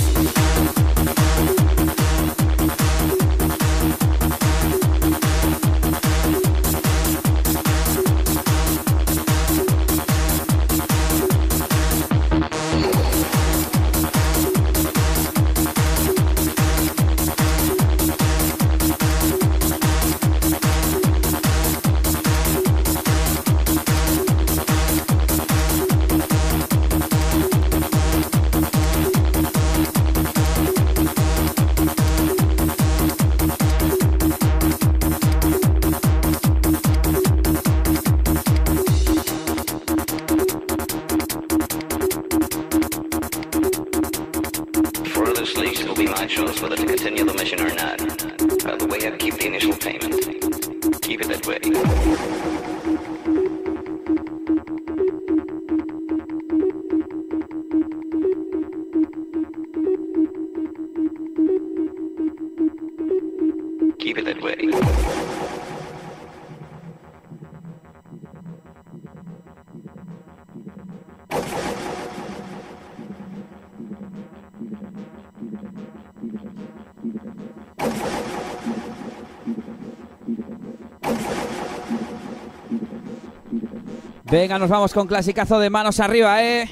Venga, nos vamos con clasicazo de manos arriba, ¿eh?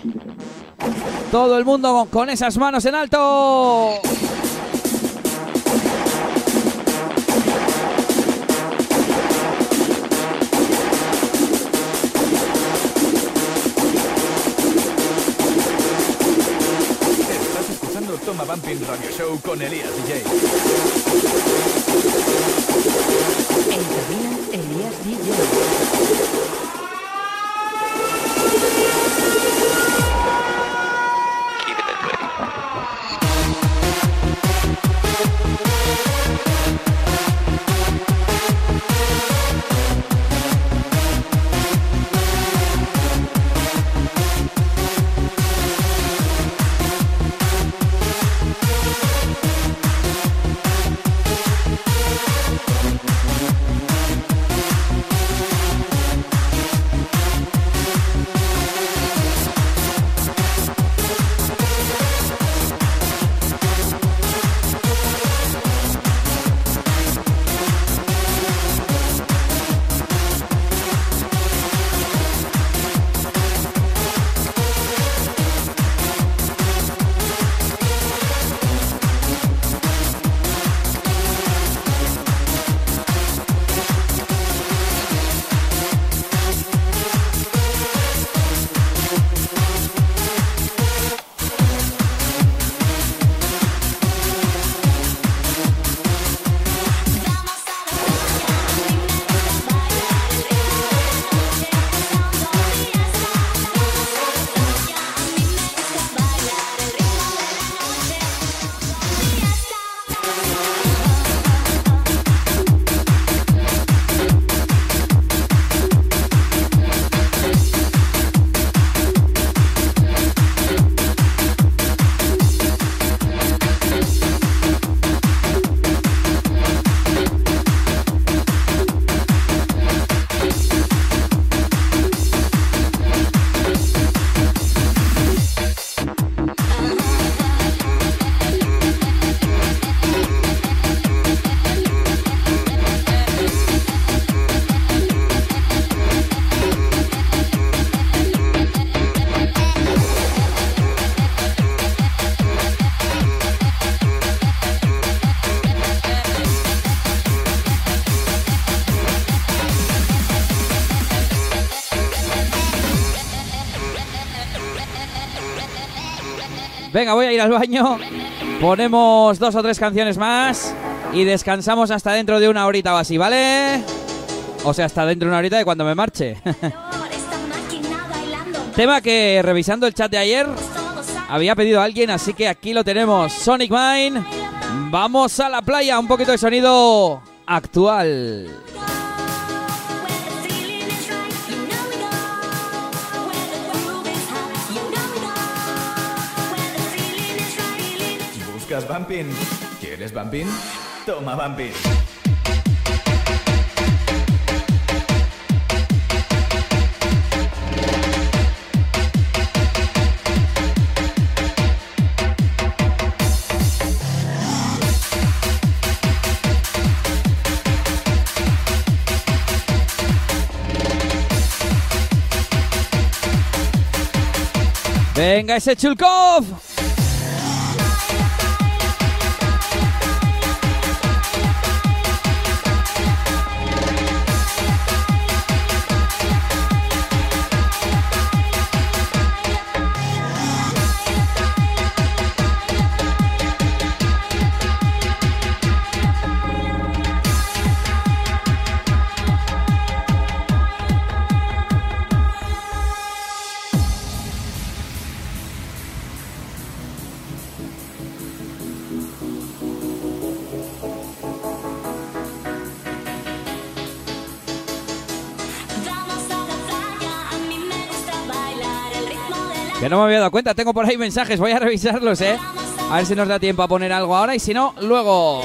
Todo el mundo con esas manos en alto. Bumping Radio Show con Elías D J. En cabina, Elías D J. Venga, voy a ir al baño. Ponemos dos o tres canciones más y descansamos hasta dentro de una horita o así, ¿vale? O sea, hasta dentro de una horita de cuando me marche. Tema que, revisando el chat de ayer, había pedido a alguien, así que aquí lo tenemos. Sonic Mine. Vamos a la playa, un poquito de sonido actual. ¿Buscas Bumping? ¿Quieres Bumping? Toma Bumping. Venga, ese Chulkov. Que no me había dado cuenta, tengo por ahí mensajes, voy a revisarlos, ¿eh? A ver si nos da tiempo a poner algo ahora y si no, luego.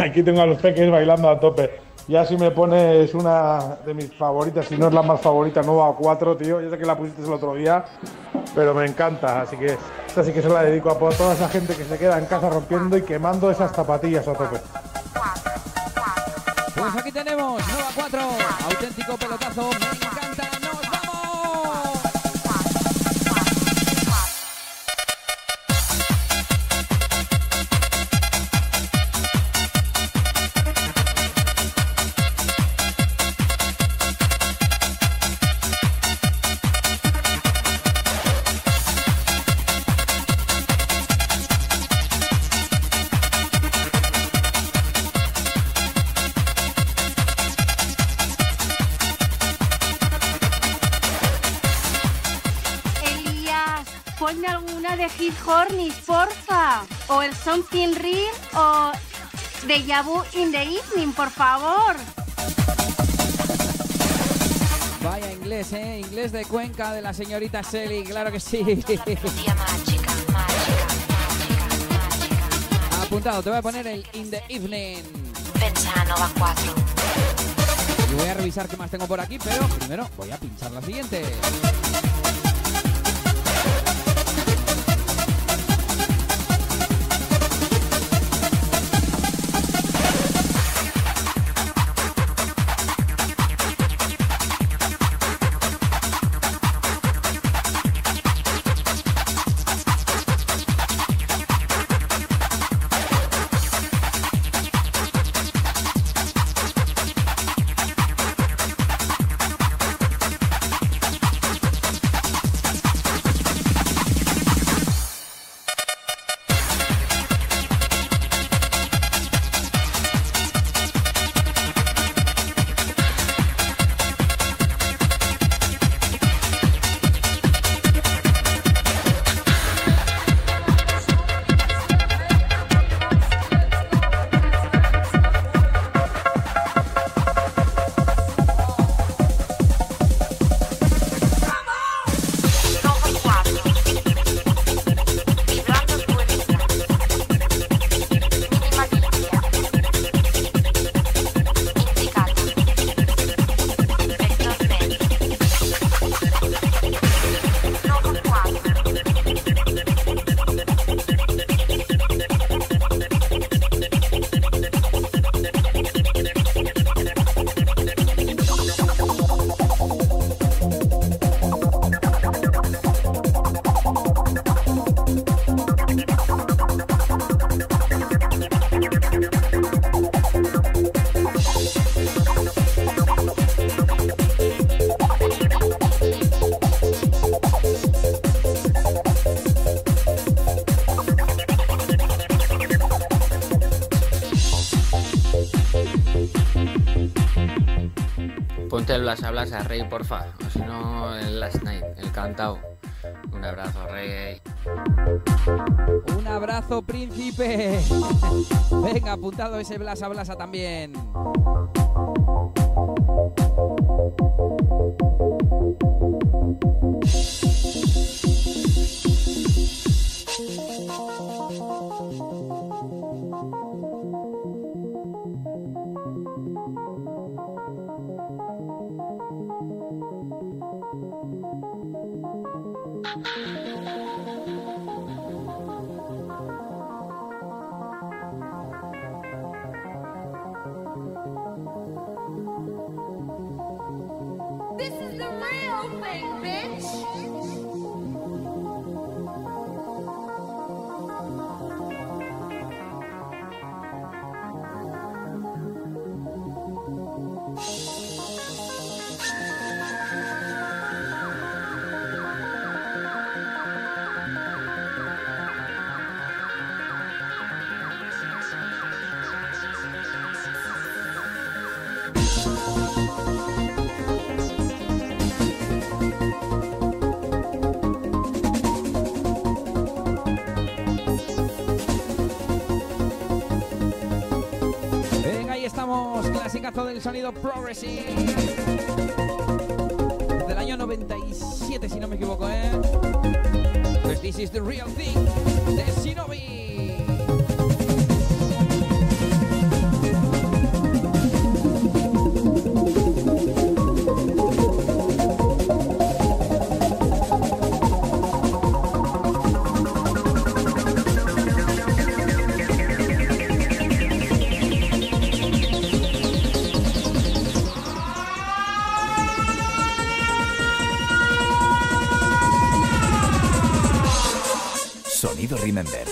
Aquí tengo a los peques bailando a tope. Ya si me pones una de mis favoritas, si no es la más favorita, Nova cuatro, tío. Ya sé que la pusiste el otro día, pero me encanta. Así que esta sí que se la dedico a toda esa gente que se queda en casa rompiendo y quemando esas zapatillas a tope. Pues aquí tenemos Nova cuatro, auténtico pelotazo, me encanta, ¡nos vamos! Ponme alguna de Hit Hornis, porfa. O el Something Real o Deja Vu in the Evening, por favor. Vaya inglés, ¿eh? Inglés de Cuenca de la señorita Selly, claro que sí. Apuntado, te voy a poner el In the Evening. Pensa Nova cuatro. Y voy a revisar qué más tengo por aquí, pero primero voy a pinchar la siguiente. Ponte el Blasa Blasa, Rey, porfa. O si no, el Last Night, el cantao. Un abrazo, Rey. Un abrazo, príncipe. Venga, apuntado ese Blasa Blasa también. This is the real thing, bitch. Clasicazo del sonido progressive del año noventa y siete, si no me equivoco, ¿eh? Pues This is the Real Thing de Shinobi. Sonido Remember.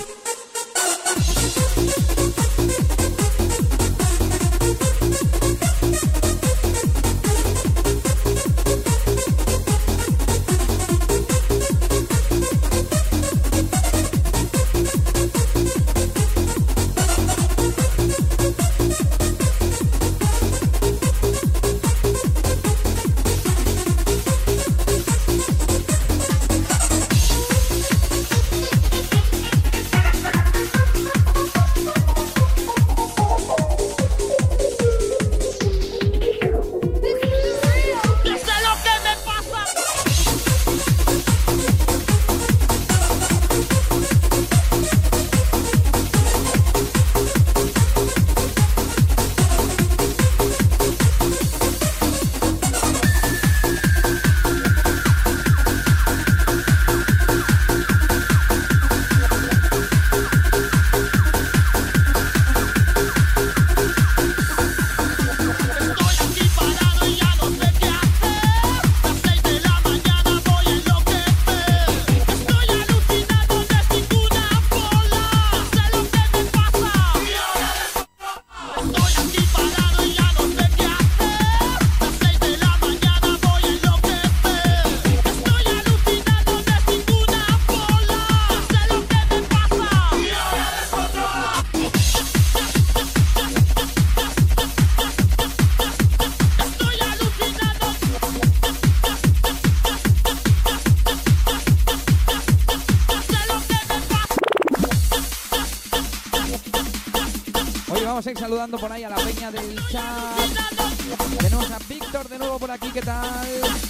Vamos a ir saludando por ahí a la peña del chat. Tenemos a Víctor de nuevo por aquí, ¿qué tal?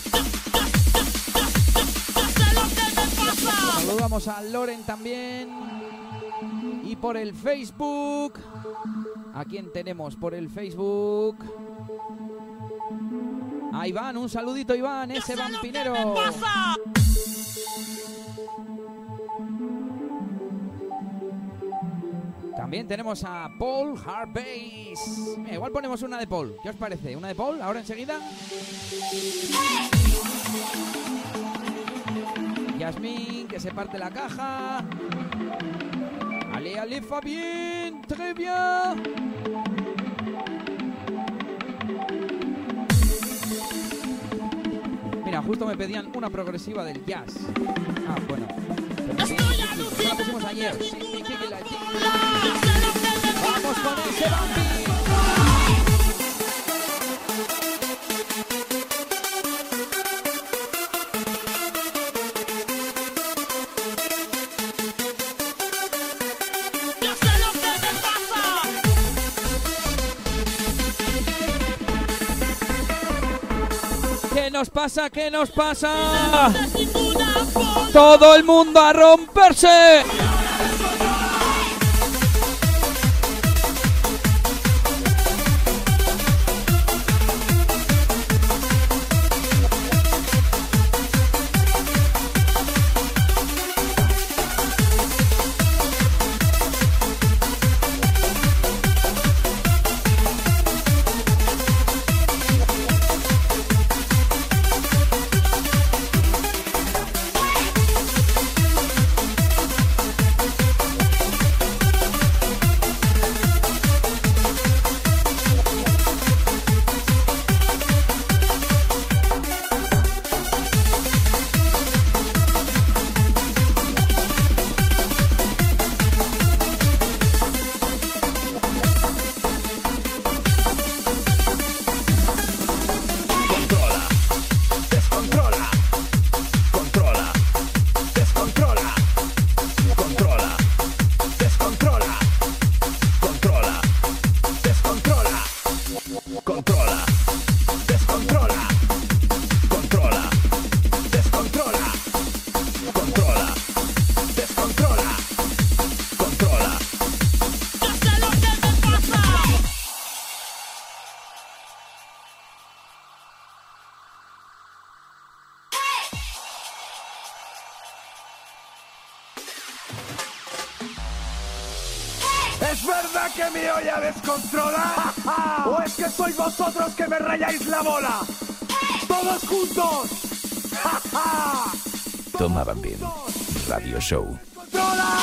Saludamos a Loren también. Y por el Facebook, ¿a quién tenemos por el Facebook? A Iván, un saludito Iván, ese vampinero. También tenemos a Paul Harbass. Mira, igual ponemos una de Paul. ¿Qué os parece? ¿Una de Paul? Ahora enseguida. Yasmín, que se parte la caja. Allez, allez, Fabien. Très bien. Mira, justo me pedían una progresiva del jazz. Ah, bueno. Pero la pusimos ayer. Vamos con ese vampiro. ¿Qué nos pasa? ¿Qué nos pasa? Todo el mundo a romperse. ¿Es verdad que mi olla descontrola? ¿O es que sois vosotros que me rayáis la bola? ¡Todos juntos! Toma Bambín Radio Show. descontrola.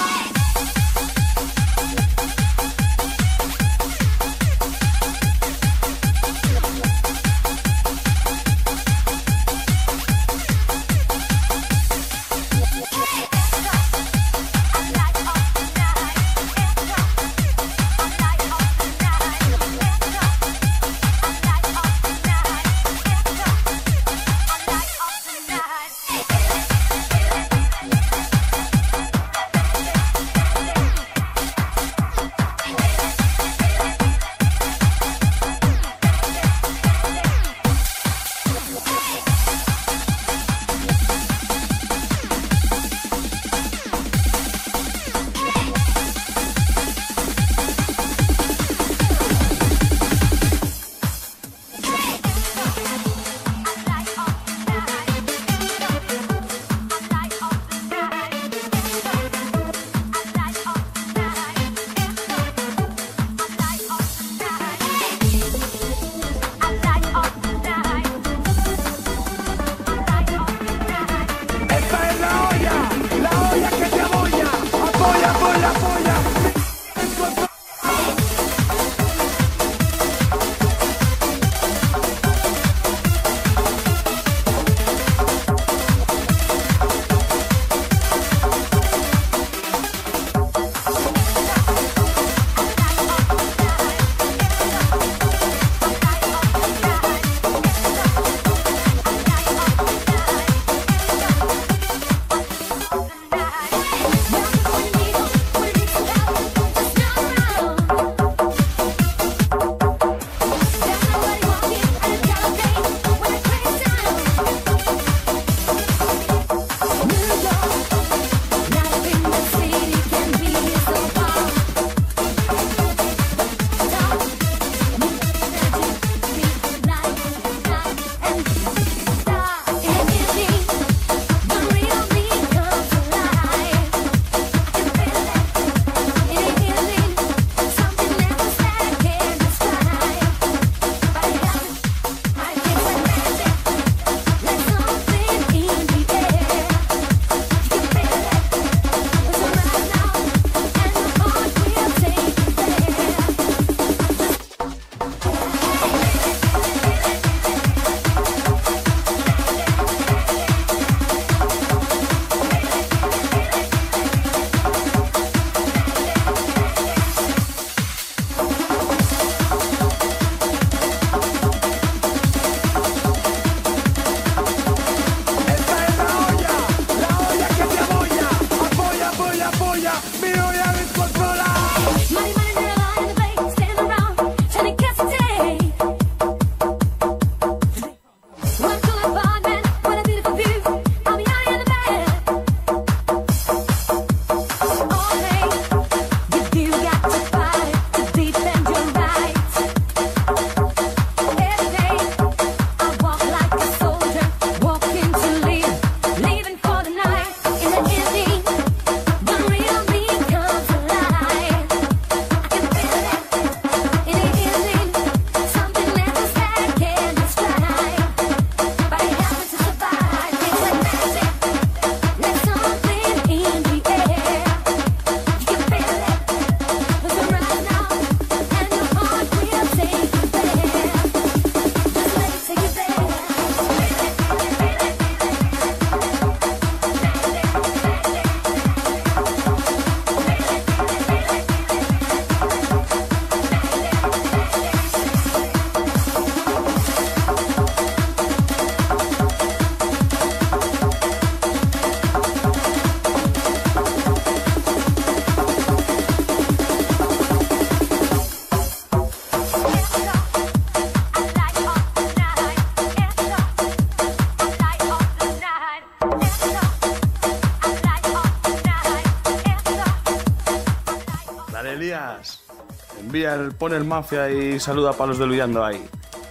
Elías, envía el, pon el mafia y saluda para los de Luyando ahí.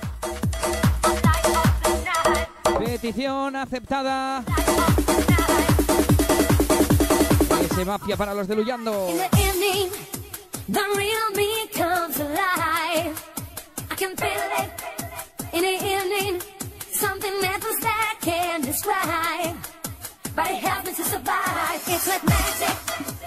Petición aceptada. Ese mafia para los de Luyando. The real me comes alive. I can feel it in the evening. Something else that I can't describe. But it helps me to survive. It's like magic.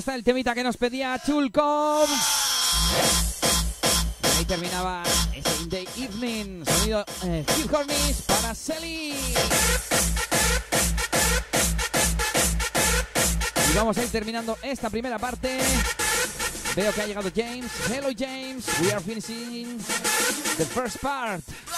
está el temita que nos pedía Chulkov. Y ahí terminaba ese In the Evening. Sonido eh, Kid Hornis para Selly. Y vamos a ir terminando esta primera parte. Veo que ha llegado James. Hello James. We are finishing the first part.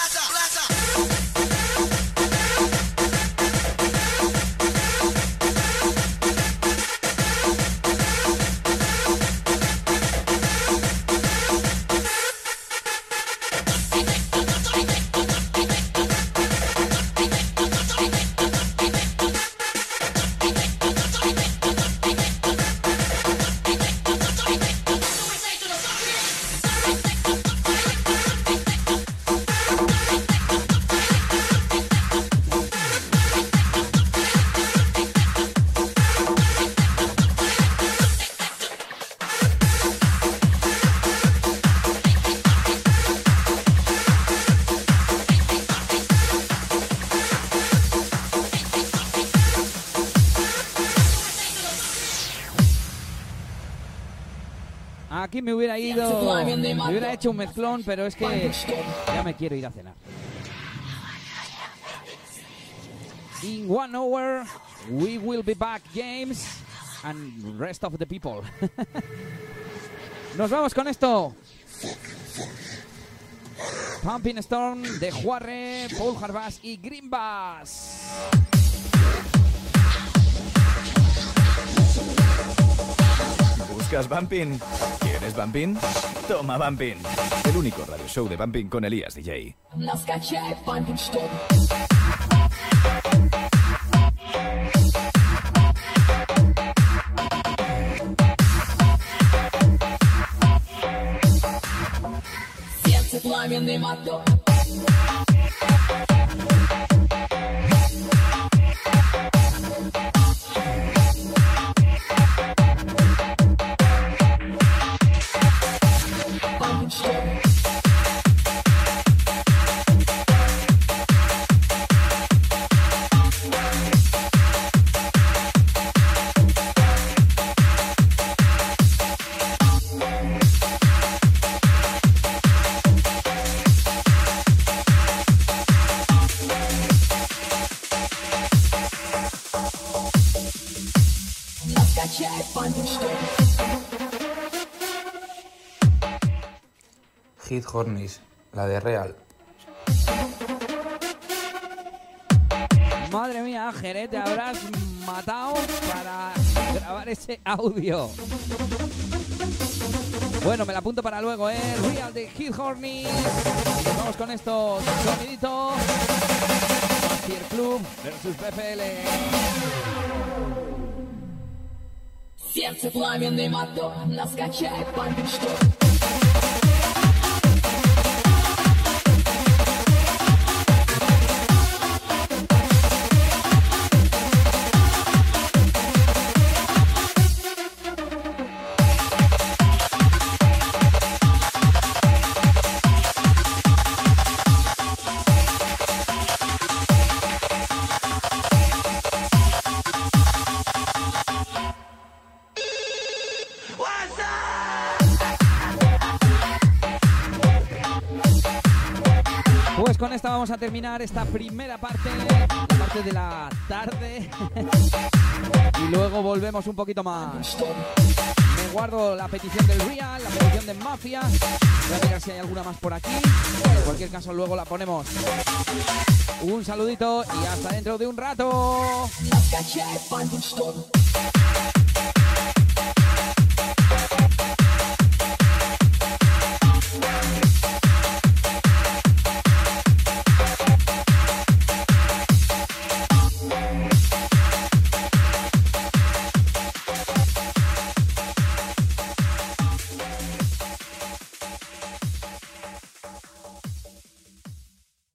Aquí me hubiera ido, me hubiera hecho un mezclón, pero es que ya me quiero ir a cenar. In one hour, we will be back, James, and rest of the people. Nos vamos con esto. Pumping Storm de Juarre, Paul Harbas y Green Bass. ¿Buscas Bumping? ¿Quieres Bumping? Toma Bumping. El único radio show de Bumping con Elías D J. Сердце пламенный мотор. Kid Hornis, la de Real. Madre mía, Jerez, te habrás matado para grabar ese audio. Bueno, me la apunto para luego, ¿eh? Real de Kid Hornis. Vamos con estos soniditos. Frontier Club versus P F L. Сердце пламенный мотор, нас качает память, что... Pues con esta vamos a terminar esta primera parte, la parte de la tarde. Y luego volvemos un poquito más. Me guardo la petición del Real, la petición de Mafia. Voy a mirar si hay alguna más por aquí. En cualquier caso luego la ponemos. Un saludito y hasta dentro de un rato.